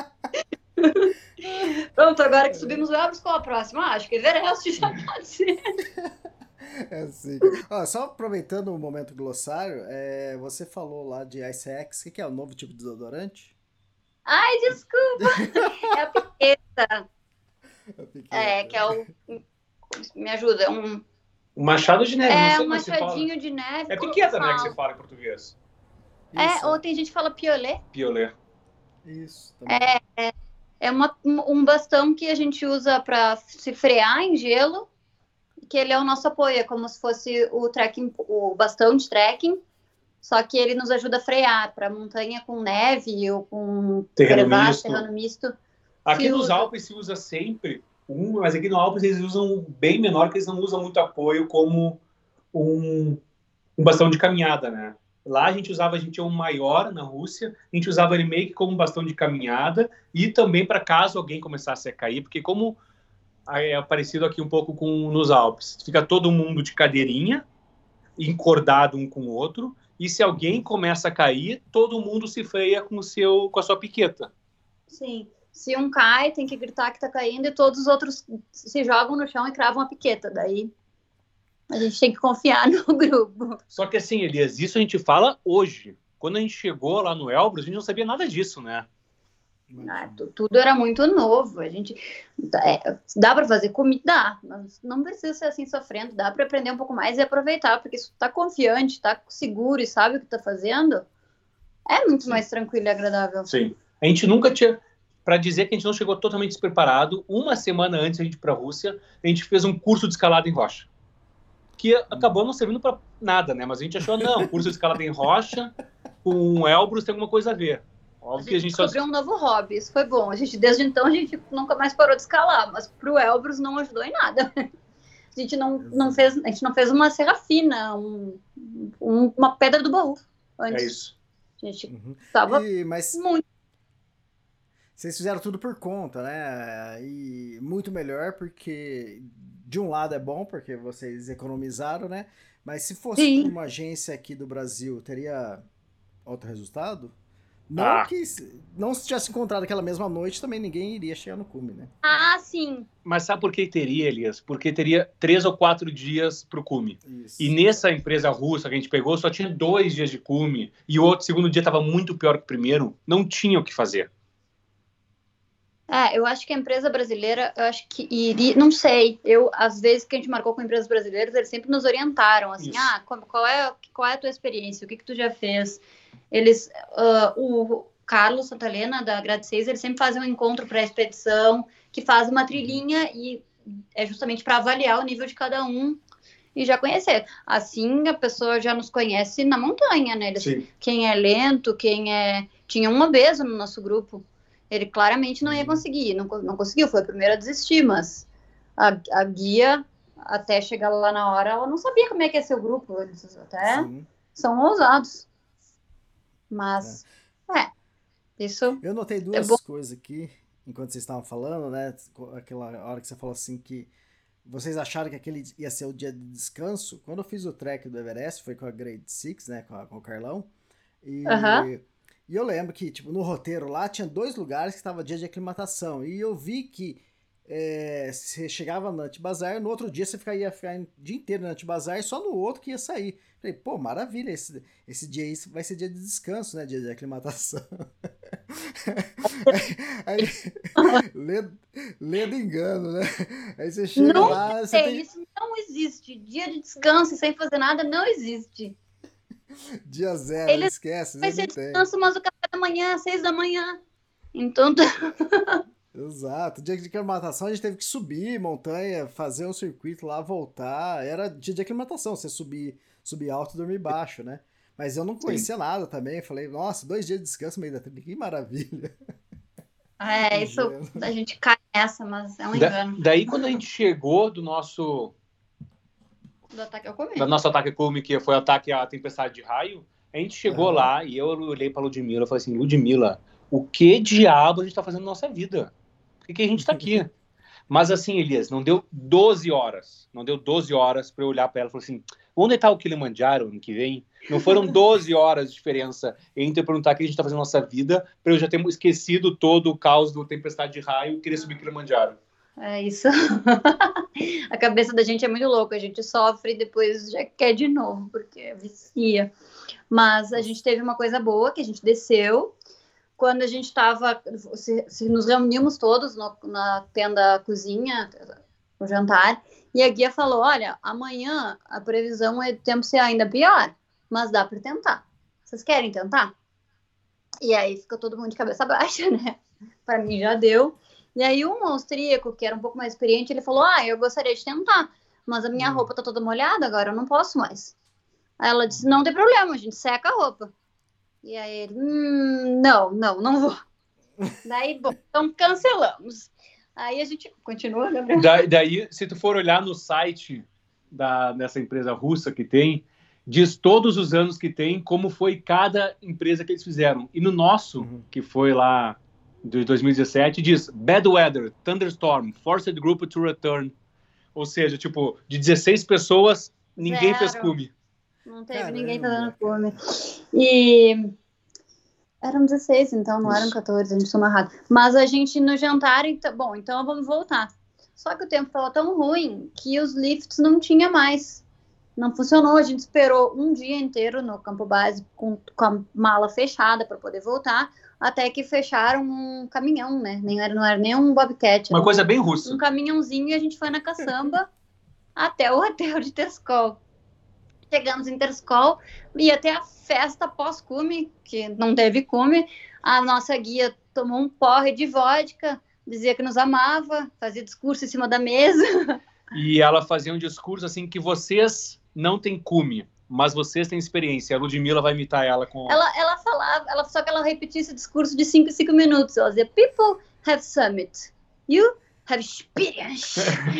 Pronto, agora que subimos o Everest, qual a próxima? Acho que Everest já pode ser. É assim. Só aproveitando o momento glossário, você falou lá de Ice Axe, o que é o novo tipo de desodorante? Ai, desculpa! É a piqueta. Que é o... Me ajuda, um machado de neve. É, um machadinho de neve. É piqueta, né, que você fala em português. Ou tem gente que fala piolé. Piolé. Isso. É um bastão que a gente usa para se frear em gelo, que ele é o nosso apoio, é como se fosse o bastão de trekking, só que ele nos ajuda a frear para montanha com neve ou com terreno misto. Aqui nos Alpes se usa sempre mas aqui no Alpes eles usam bem menor, que eles não usam muito apoio como um bastão de caminhada, né? Lá a gente tinha um maior na Rússia, a gente usava ele meio que como um bastão de caminhada e também para caso alguém começasse a cair, porque como é parecido aqui um pouco com nos Alpes, fica todo mundo de cadeirinha, encordado um com o outro, e se alguém começa a cair, todo mundo se freia com a sua piqueta. Sim. Se um cai, tem que gritar que tá caindo e todos os outros se jogam no chão e cravam a piqueta. Daí a gente tem que confiar no grupo. Só que assim, Elias, isso a gente fala hoje. Quando a gente chegou lá no Elbrus, a gente não sabia nada disso, né? Tudo era muito novo. A gente dá para fazer comida, mas não precisa ser assim sofrendo. Dá para aprender um pouco mais e aproveitar, porque se tu tá confiante, tá seguro e sabe o que tá fazendo, é muito mais tranquilo e agradável. Sim. A gente nunca tinha, para dizer que a gente não chegou totalmente despreparado, uma semana antes de a gente ir para a Rússia, a gente fez um curso de escalada em rocha, que acabou não servindo para nada, né? Mas a gente achou, não, curso de escalada em rocha com Elbrus tem alguma coisa a ver. Óbvio que a gente descobriu um novo hobby, isso foi bom. Desde então a gente nunca mais parou de escalar, mas pro Elbrus não ajudou em nada. A gente não fez uma serra fina, uma pedra do baú antes. É isso. A gente tava muito. Vocês fizeram tudo por conta, né? E muito melhor, porque de um lado é bom, porque vocês economizaram, né? Mas se fosse uma agência aqui do Brasil, teria outro resultado? Não que não se tivesse encontrado aquela mesma noite, também ninguém iria chegar no cume, né? Ah, sim. Mas sabe por que teria, Elias? Porque teria 3 ou 4 dias pro cume. Isso. E nessa empresa russa que a gente pegou, só tinha 2 dias de cume. E o segundo dia estava muito pior que o primeiro. Não tinha o que fazer. Eu acho que a empresa brasileira, eu acho que iria, não sei, às vezes que a gente marcou com empresas brasileiras, eles sempre nos orientaram, assim, qual é a tua experiência, o que tu já fez? Eles, o Carlos Santalena, da Grade 6, eles sempre fazem um encontro para a expedição, que faz uma trilhinha e é justamente para avaliar o nível de cada um e já conhecer. Assim, a pessoa já nos conhece na montanha, né? Quem é lento, Tinha um obeso no nosso grupo. Ele claramente não ia conseguir, não conseguiu, foi o primeiro a desistir, mas a guia, até chegar lá na hora, ela não sabia como é que ia ser o grupo, eles até são ousados. Mas, isso... Eu notei duas coisas aqui, enquanto vocês estavam falando, né, aquela hora que você falou assim que vocês acharam que aquele ia ser o dia de descanso. Quando eu fiz o trek do Everest, foi com a Grade 6, né, com o Carlão, e eu lembro que, tipo, no roteiro lá tinha 2 lugares que estava dia de aclimatação. E eu vi que você chegava no Antibazar, no outro dia você ia ficar o dia inteiro no Antibazar e só no outro que ia sair. Falei, pô, maravilha, esse dia aí vai ser dia de descanso, né? Dia de aclimatação. aí, lendo engano, né? Aí você chega lá... Isso não existe. Dia de descanso sem fazer nada não existe. Dia zero, esquece. Vai ser descanso, mas o café da manhã, 6 da manhã. Então... Exato. Dia de aclimatação a gente teve que subir montanha, fazer um circuito lá, voltar. Era dia de aclimatação, você subir alto e dormir baixo, né? Mas eu não conhecia nada também. Falei, nossa, 2 dias de descanso no meio da trilha, que maravilha. Isso a gente cai nessa, mas é um engano. Daí quando a gente chegou do nosso ataque ao cume. Do nosso ataque ao cume, que foi o ataque à tempestade de raio, a gente chegou lá e eu olhei pra Ludmilla e falei assim, Ludmilla, o que diabo a gente tá fazendo na nossa vida? Por que a gente tá aqui? Mas assim, Elias, não deu 12 horas pra eu olhar pra ela e falar assim, vamos deitar o Kilimanjaro ano que vem? Não foram 12 horas de diferença entre eu perguntar o que a gente tá fazendo na nossa vida pra eu já ter esquecido todo o caos do tempestade de raio e querer subir Kilimanjaro. É isso. A cabeça da gente é muito louca. A gente sofre e depois já quer de novo, porque vicia. Mas a gente teve uma coisa boa, que a gente desceu. Quando a gente estava... nos reunimos todos na tenda cozinha, no jantar, e a guia falou, olha, amanhã a previsão é do tempo ser ainda pior, mas dá para tentar. Vocês querem tentar? E aí ficou todo mundo de cabeça baixa, né? Para mim já deu. E aí um austríaco, que era um pouco mais experiente, ele falou, eu gostaria de tentar, mas a minha roupa tá toda molhada, agora eu não posso mais. Aí ela disse, não tem problema, a gente seca a roupa. E aí ele, não vou. Daí, bom, então cancelamos. Aí a gente continua, Gabriel. Daí, se tu for olhar no site dessa empresa russa que tem, diz todos os anos que tem, como foi cada empresa que eles fizeram. E no nosso, que foi lá de 2017, diz Bad Weather, Thunderstorm, Forced Group to Return. Ou seja, tipo, de 16 pessoas, ninguém fez cume. Não teve ninguém fazendo cume. E eram 16, então não eram 14, a gente somou errado. Mas a gente no jantar, então vamos voltar. Só que o tempo estava tão ruim que os lifts não tinha mais. Não funcionou, a gente esperou um dia inteiro no campo base com a mala fechada para poder voltar. até que fecharam um caminhão, né? Não era nem um Bobcat. Uma coisa bem russa. Um caminhãozinho e a gente foi na caçamba até o hotel de Terskol. Chegamos em Terskol, ia ter a festa pós-cume, que não teve cume. A nossa guia tomou um porre de vodka, dizia que nos amava, fazia discurso em cima da mesa. E ela fazia um discurso assim que vocês não têm cume, mas vocês têm experiência. A Ludmilla vai imitar ela com... Ela falava, só que ela repetia esse discurso de 5 em 5 minutos. Ela dizia, people have summit, you have experience.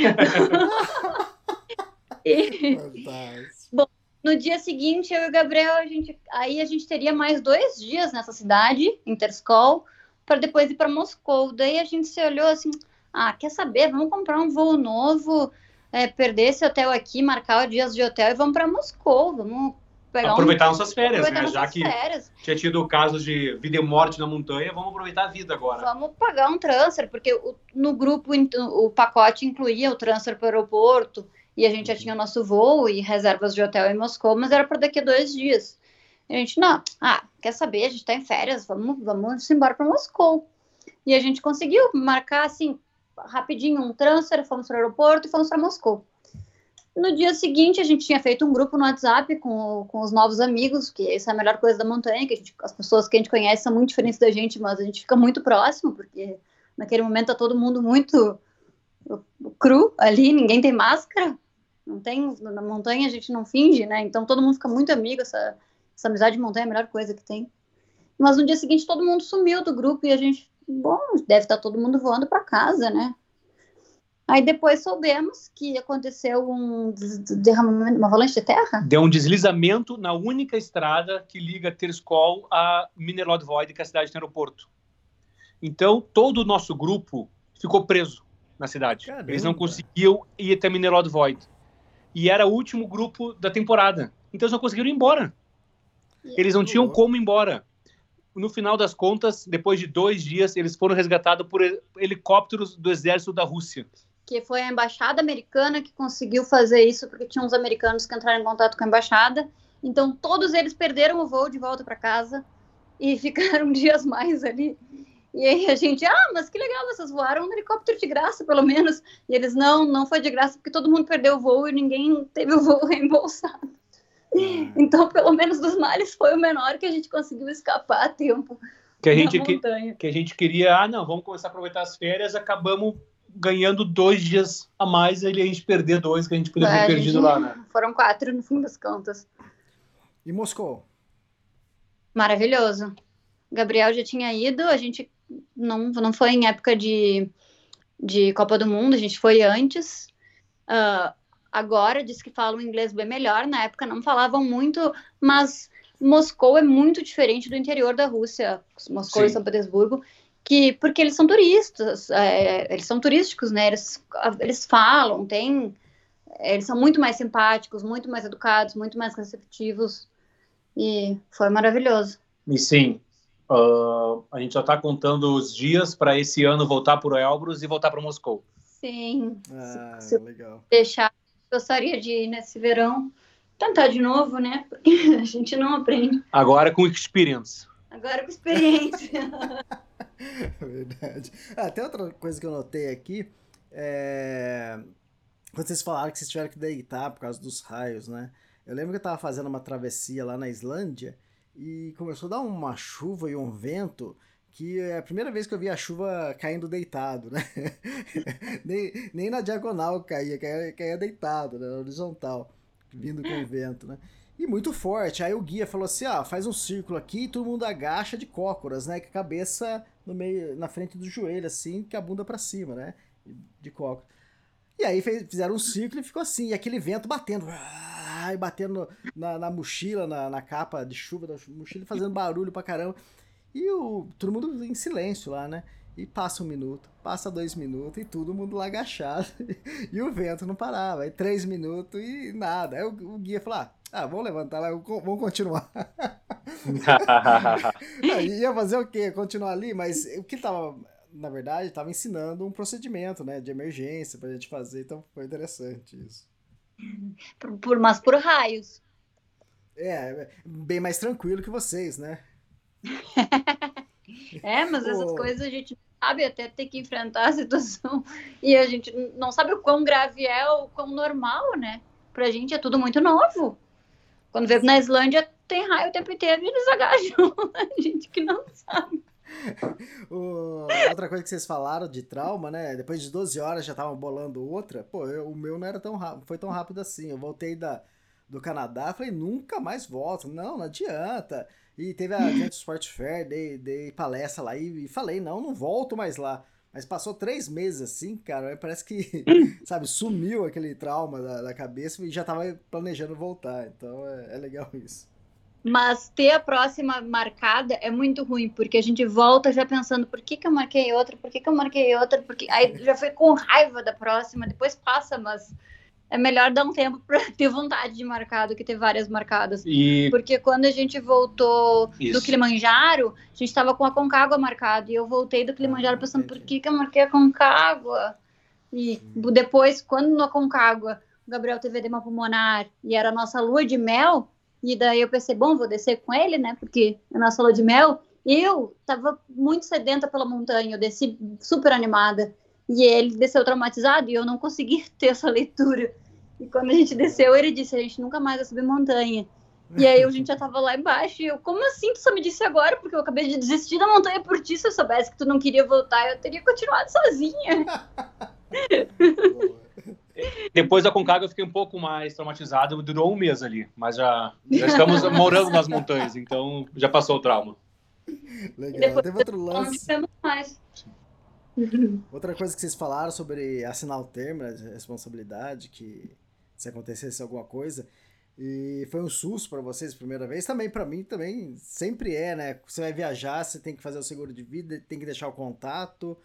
Bom, no dia seguinte, eu e o Gabriel, a gente teria mais 2 dias nessa cidade, em Terskol, para depois ir para Moscou. Daí a gente se olhou assim, quer saber, vamos comprar um voo novo, perder esse hotel aqui, marcar os dias de hotel e vamos para Moscou, vamos aproveitar nossas férias, né? Já que tinha tido casos de vida e morte na montanha, vamos aproveitar a vida agora. Vamos pagar um transfer, porque no grupo o pacote incluía o transfer para o aeroporto, e a gente já tinha o nosso voo e reservas de hotel em Moscou, mas era para daqui a 2 dias. E a gente, quer saber, a gente está em férias, vamos embora para Moscou. E a gente conseguiu marcar, assim, rapidinho um transfer, fomos para o aeroporto e fomos para Moscou. No dia seguinte, a gente tinha feito um grupo no WhatsApp com os novos amigos, que essa é a melhor coisa da montanha, que as pessoas que a gente conhece são muito diferentes da gente, mas a gente fica muito próximo, porque naquele momento tá todo mundo muito cru ali, ninguém tem máscara, não tem, na montanha a gente não finge, né? Então todo mundo fica muito amigo, essa amizade de montanha é a melhor coisa que tem. Mas no dia seguinte todo mundo sumiu do grupo e a gente, deve estar todo mundo voando para casa, né? Aí depois soubemos que aconteceu um derramamento, uma avalanche de terra. Deu um deslizamento na única estrada que liga Terskol a Minerlodvoid, que é a cidade do aeroporto. Então, todo o nosso grupo ficou preso na cidade. Caramba. Eles não conseguiam ir até Minerlodvoid. E era o último grupo da temporada. Então, eles não conseguiram ir embora. Eles não tinham como ir embora. No final das contas, depois de 2 dias, eles foram resgatados por helicópteros do exército da Rússia. Que foi a embaixada americana que conseguiu fazer isso, porque tinha uns americanos que entraram em contato com a embaixada. Então, todos eles perderam o voo de volta para casa e ficaram dias mais ali. E aí a gente, mas que legal, vocês voaram um helicóptero de graça, pelo menos. E eles, não foi de graça, porque todo mundo perdeu o voo e ninguém teve o voo reembolsado. Então, pelo menos dos males foi o menor, que a gente conseguiu escapar a tempo que a gente queria, vamos começar a aproveitar as férias, acabamos ganhando 2 dias a mais, e a gente perder 2 que a gente podia ter perdido lá, né? Foram 4 no fim das contas. E Moscou? Maravilhoso. Gabriel já tinha ido, a gente não foi em época de Copa do Mundo, a gente foi antes. Agora diz que falam inglês bem melhor, na época não falavam muito, mas Moscou é muito diferente do interior da Rússia, Moscou e São Petersburgo, porque eles são turistas, eles são turísticos, né? Eles falam, eles são muito mais simpáticos, muito mais educados, muito mais receptivos, e foi maravilhoso. E sim, a gente já está contando os dias para esse ano voltar para o Elbrus e voltar para Moscou. Sim, se legal. Deixar, gostaria de ir nesse verão, tentar de novo, né? Porque a gente não aprende. Agora com experiência. Agora com experiência. Verdade. Até outra coisa que eu notei aqui, quando vocês falaram que vocês tiveram que deitar por causa dos raios, né? Eu lembro que eu tava fazendo uma travessia lá na Islândia e começou a dar uma chuva e um vento que é a primeira vez que eu vi a chuva caindo deitado, né? nem na diagonal caía deitado, né? Na horizontal, vindo com o vento, né? E muito forte. Aí o guia falou assim, faz um círculo aqui e todo mundo agacha de cócoras, né? Com a cabeça na frente do joelho, assim, com a bunda pra cima, né? De cócoras. E aí fizeram um círculo e ficou assim. E aquele vento batendo. E batendo na mochila, na capa de chuva da mochila, fazendo barulho pra caramba. E todo mundo em silêncio lá, né? E passa 1 minuto, passa 2 minutos e todo mundo lá agachado. E o vento não parava. Aí 3 minutos e nada. Aí o guia falou, vamos levantar, vamos continuar. Ia fazer o quê? Continuar ali? Mas o que tava, na verdade, tava ensinando um procedimento, né? De emergência pra gente fazer. Então foi interessante isso. Mas por raios. Bem mais tranquilo que vocês, né? Mas essas coisas a gente sabe até ter que enfrentar a situação e a gente não sabe o quão grave é ou o quão normal, né? Pra gente é tudo muito novo. Quando veio na Islândia tem raio o tempo inteiro e eles agacham a gente que não sabe. Outra coisa que vocês falaram de trauma, né? Depois de 12 horas já estavam bolando outra. Pô, o meu não era tão rápido, foi tão rápido assim. Eu voltei do Canadá, falei, nunca mais volto. Não adianta. E teve a Adventure Sport Fair, dei palestra lá e falei, não volto mais lá. Mas passou 3 meses assim, cara, parece que, sabe, sumiu aquele trauma da cabeça e já tava planejando voltar. Então é legal isso. Mas ter a próxima marcada é muito ruim, porque a gente volta já pensando por que eu marquei outra, porque aí já foi com raiva da próxima, depois passa, mas é melhor dar um tempo para ter vontade de marcar do que ter várias marcadas. Porque quando a gente voltou do Kilimanjaro, a gente estava com a Aconcagua marcada, e eu voltei do Kilimanjaro pensando por que eu marquei a Aconcagua? E depois, quando no Aconcagua o Gabriel teve edema pulmonar e era a nossa lua de mel, e daí eu pensei, bom, vou descer com ele, né, porque é nossa lua de mel. Eu tava muito sedenta pela montanha, eu desci super animada. E ele desceu traumatizado e eu não consegui ter essa leitura. E quando a gente desceu, ele disse, a gente nunca mais vai subir montanha. E aí a gente já tava lá embaixo e eu, como assim tu só me disse agora? Porque eu acabei de desistir da montanha por ti, se eu soubesse que tu não queria voltar, eu teria continuado sozinha. Depois da Aconcagua eu fiquei um pouco mais traumatizado, durou 1 mês ali, mas já estamos morando nas montanhas, então já passou o trauma. Legal, teve outro lance. Não mais. Outra coisa que vocês falaram sobre assinar o termo, né, de responsabilidade, que se acontecesse alguma coisa, e foi um susto para vocês a primeira vez, também para mim também sempre é, né? Você vai viajar, você tem que fazer o seguro de vida, tem que deixar o contato,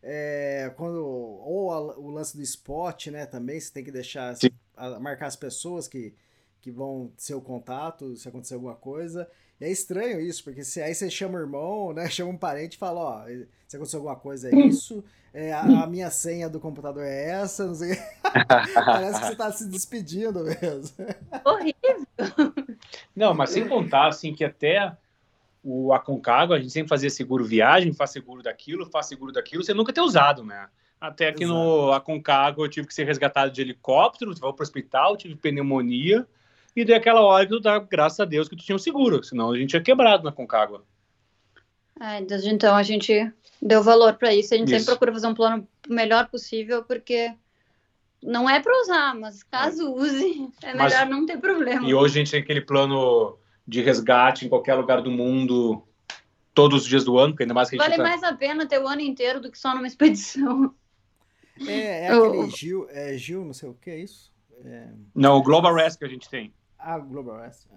o lance do spot, né? Também você tem que deixar, marcar as pessoas que vão ser o contato, se acontecer alguma coisa. E é estranho isso, porque aí você chama o irmão, né? Chama um parente e fala, ó, se acontecer alguma coisa é isso, a minha senha do computador é essa, não sei. Parece que você tá se despedindo mesmo. Horrível. Não, mas sem contar, assim, que até o Aconcagua, a gente sempre fazia seguro viagem, faz seguro daquilo, você nunca ter usado, né? Até que no Aconcagua eu tive que ser resgatado de helicóptero, vou pro hospital, tive pneumonia, e daí aquela hora que tu dá, graças a Deus, que tu tinha um seguro, senão a gente tinha quebrado na Aconcagua. Desde então a gente deu valor para isso, a gente sempre procura fazer um plano o melhor possível, porque não é para usar, mas caso use, é melhor não ter problema. E hoje a gente tem aquele plano de resgate em qualquer lugar do mundo, todos os dias do ano, porque ainda mais que a gente mais a pena ter o ano inteiro do que só numa expedição. Aquele Gil, não sei o que é isso? Não, o Global Rescue a gente tem. O Global Rescue,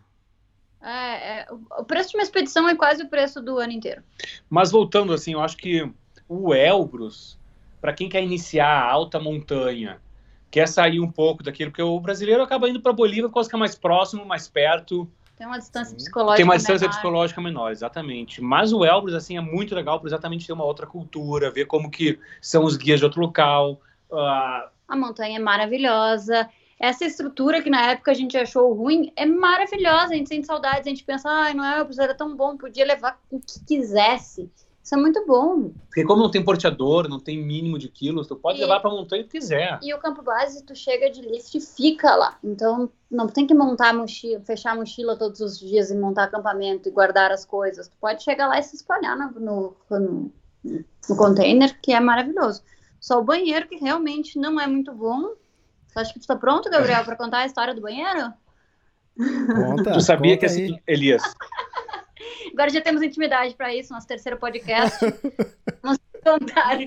tá. O preço de uma expedição é quase o preço do ano inteiro. Mas voltando assim, eu acho que o Elbrus, para quem quer iniciar a alta montanha, quer sair um pouco daquilo, porque o brasileiro acaba indo para Bolívia, porque é mais próximo, mais perto. Tem uma distância psicológica Tem uma distância psicológica menor, exatamente. Mas o Elbrus, assim, é muito legal por exatamente ter uma outra cultura, ver como que são os guias de outro local. A montanha é maravilhosa. Essa estrutura que na época a gente achou ruim é maravilhosa. A gente sente saudades, a gente pensa, no Elbrus era tão bom, podia levar o que quisesse. Isso é muito bom. Porque como não tem porteador, não tem mínimo de quilos, tu pode levar pra montanha que quiser. E o campo base, tu chega de lift e fica lá. Então, não tem que montar a mochila, fechar a mochila todos os dias e montar acampamento e guardar as coisas. Tu pode chegar lá e se espalhar no container, que é maravilhoso. Só o banheiro, que realmente não é muito bom. Você acha que tu tá pronto, Gabriel, para contar a história do banheiro? Tu sabia que assim, Elias... Agora já temos intimidade para isso, nosso terceiro podcast. Vamos contar.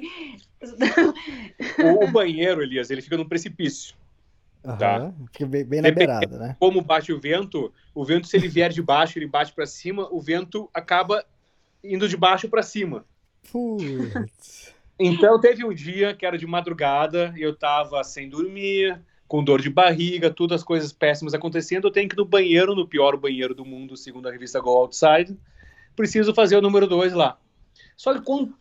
O banheiro, Elias, ele fica num precipício. Tá? Fica bem na beirada, né? Como bate o vento, se ele vier de baixo, ele bate para cima, o vento acaba indo de baixo para cima. Putz. Então teve um dia que era de madrugada, eu tava sem dormir, com dor de barriga, todas as coisas péssimas acontecendo, eu tenho que ir no banheiro, no pior banheiro do mundo, segundo a revista Go Outside, preciso fazer o número 2 lá. Só que quando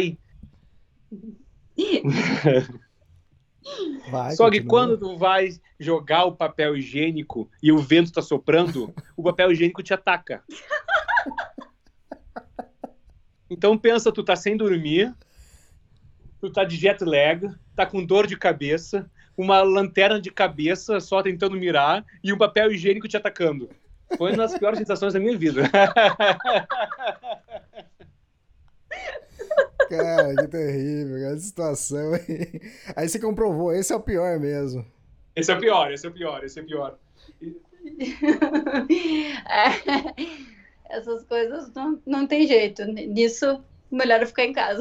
Só que quando tu vai jogar o papel higiênico e o vento tá soprando, o papel higiênico te ataca. Então pensa, tu tá sem dormir, tu tá de jet lag, tá com dor de cabeça, uma lanterna de cabeça só tentando mirar e um papel higiênico te atacando. Foi uma das piores sensações da minha vida. Cara, que terrível, cara, essa situação aí. Aí você comprovou, esse é o pior mesmo. Esse é o pior. Essas coisas não tem jeito. Nisso, melhor eu ficar em casa.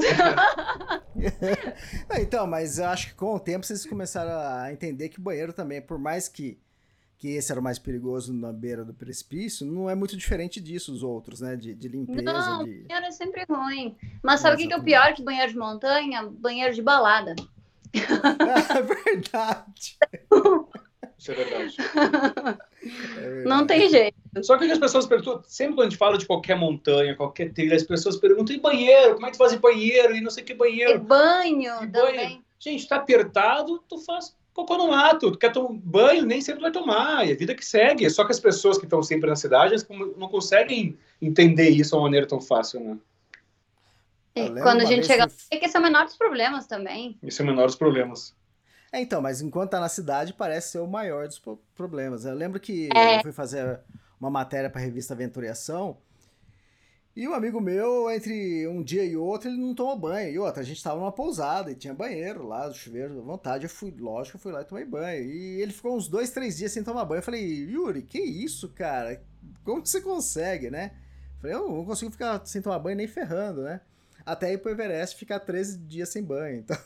Então, mas eu acho que com o tempo vocês começaram a entender que o banheiro também, por mais que esse era o mais perigoso na beira do precipício, não é muito diferente disso, os outros, né? De limpeza. Não, banheiro é sempre ruim. Mas sabe o que é o pior que banheiro de montanha? Banheiro de balada. É verdade. Isso é verdade. Não tem jeito. Só que as pessoas perguntam, sempre quando a gente fala de qualquer montanha, qualquer trilha, as pessoas perguntam, e banheiro? Como é que tu faz em banheiro? E não sei o que banheiro. E banho também. Gente, tá apertado, tu faz cocô no mato. Tu quer tomar banho, nem sempre vai tomar. É a vida que segue. Só que as pessoas que estão sempre na cidade não conseguem entender isso de uma maneira tão fácil, né? E quando a gente chega... É que esse é o menor dos problemas também. Esse é o menor dos problemas. Então, mas enquanto tá na cidade, parece ser o maior dos problemas. Eu lembro que eu fui fazer uma matéria pra revista Aventura e Ação, e um amigo meu, entre um dia e outro, ele não toma banho. E outra, a gente tava numa pousada e tinha banheiro lá, chuveiro à vontade. Eu fui lá e tomei banho. E ele ficou uns 2-3 dias sem tomar banho. Eu falei, Yuri, que isso, cara? Como você consegue, né? Eu falei, eu não consigo ficar sem tomar banho nem ferrando, né? Até ir pro Everest ficar 13 dias sem banho, então...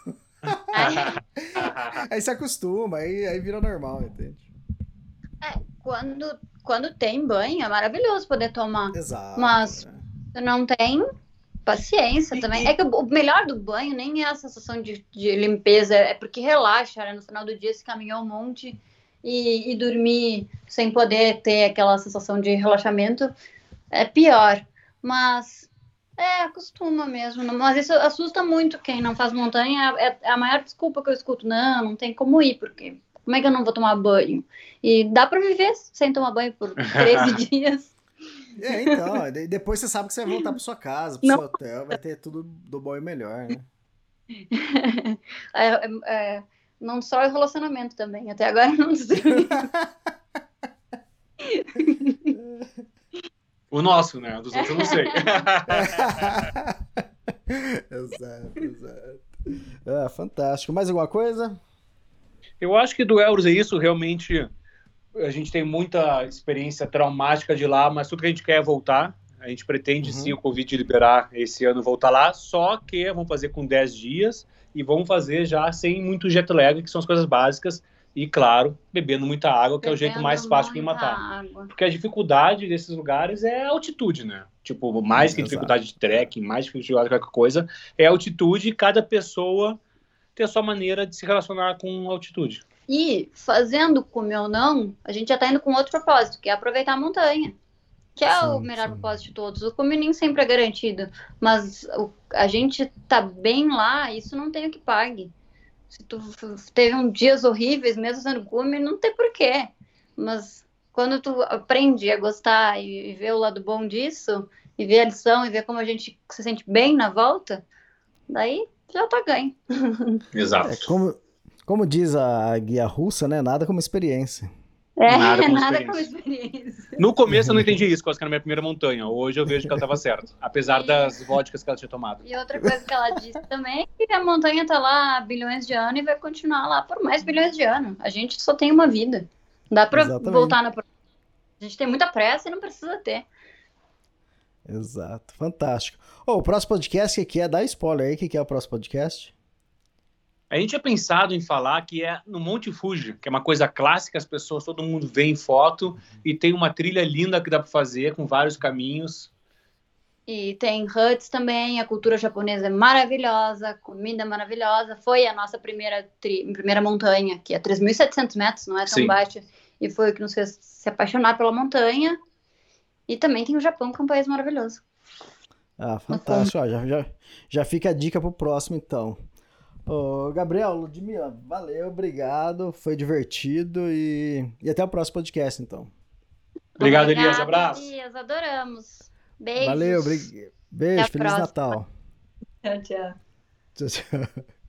Aí se acostuma, aí vira normal, entende? Quando tem banho, é maravilhoso poder tomar. Exato. Mas não tem paciência também. É que o melhor do banho nem é a sensação de limpeza, é porque relaxa, né? No final do dia você caminhou um monte e dormir sem poder ter aquela sensação de relaxamento é pior. Mas... acostuma mesmo. Mas isso assusta muito quem não faz montanha. É a maior desculpa que eu escuto. Não tem como ir, porque como é que eu não vou tomar banho? E dá pra viver sem tomar banho por 13 dias. Então, depois você sabe que você vai voltar pra sua casa, pro seu hotel, vai ter tudo do bom e melhor, né? Não só o relacionamento também. Até agora não destruiu. O nosso, né? Dos outros eu não sei. Exato. Fantástico. Mais alguma coisa? Eu acho que do Elbrus é isso. Realmente, a gente tem muita experiência traumática de lá, mas tudo que a gente quer é voltar. A gente pretende, sim, o convite de liberar esse ano voltar lá, só que vamos fazer com 10 dias e vamos fazer já sem muito jet lag, que são as coisas básicas. E, claro, bebendo muita água, que é o jeito mais fácil de matar. Água. Porque a dificuldade desses lugares é a altitude, né? Tipo, mais que dificuldade de trekking, mais que dificuldade de qualquer coisa, é a altitude e cada pessoa tem a sua maneira de se relacionar com a altitude. E, fazendo comer ou não, a gente já tá indo com outro propósito, que é aproveitar a montanha. Que é o melhor propósito de todos. O comer nem sempre é garantido, mas a gente tá bem lá, isso não tem o que pague. Se tu teve dias horríveis, mesmo sendo gume, não tem porquê. Mas quando tu aprende a gostar e ver o lado bom disso, e ver a lição, e ver como a gente se sente bem na volta, daí já tá ganho. Exato. Como diz a guia russa, né? Nada como experiência. Nada como experiência. No começo eu não entendi isso, quase que era a minha primeira montanha. Hoje eu vejo que ela estava certa, apesar das vodkas que ela tinha tomado. E outra coisa que ela disse também é que a montanha tá lá há bilhões de anos e vai continuar lá por mais bilhões de anos. A gente só tem uma vida. Não dá pra voltar na... A gente tem muita pressa e não precisa ter. Exato, fantástico. O próximo podcast que é? Dá spoiler aí, o que é o próximo podcast? A gente tinha pensado em falar que é no Monte Fuji, que é uma coisa clássica, as pessoas, todo mundo vê em foto, e tem uma trilha linda que dá para fazer, com vários caminhos. E tem huts também, a cultura japonesa é maravilhosa, comida maravilhosa. Foi a nossa primeira montanha, que é 3.700 metros, não é tão baixa, e foi o que nos fez se apaixonar pela montanha. E também tem o Japão, que é um país maravilhoso. Fantástico. Já fica a dica pro próximo, então. Gabriel, Ludmila, valeu, obrigado, foi divertido e até o próximo podcast, então. Obrigado, Elias, abraço. Elias, adoramos. Beijos. Valeu, beijo, Até a Feliz próxima. Natal. Tchau, tchau. Tchau, tchau.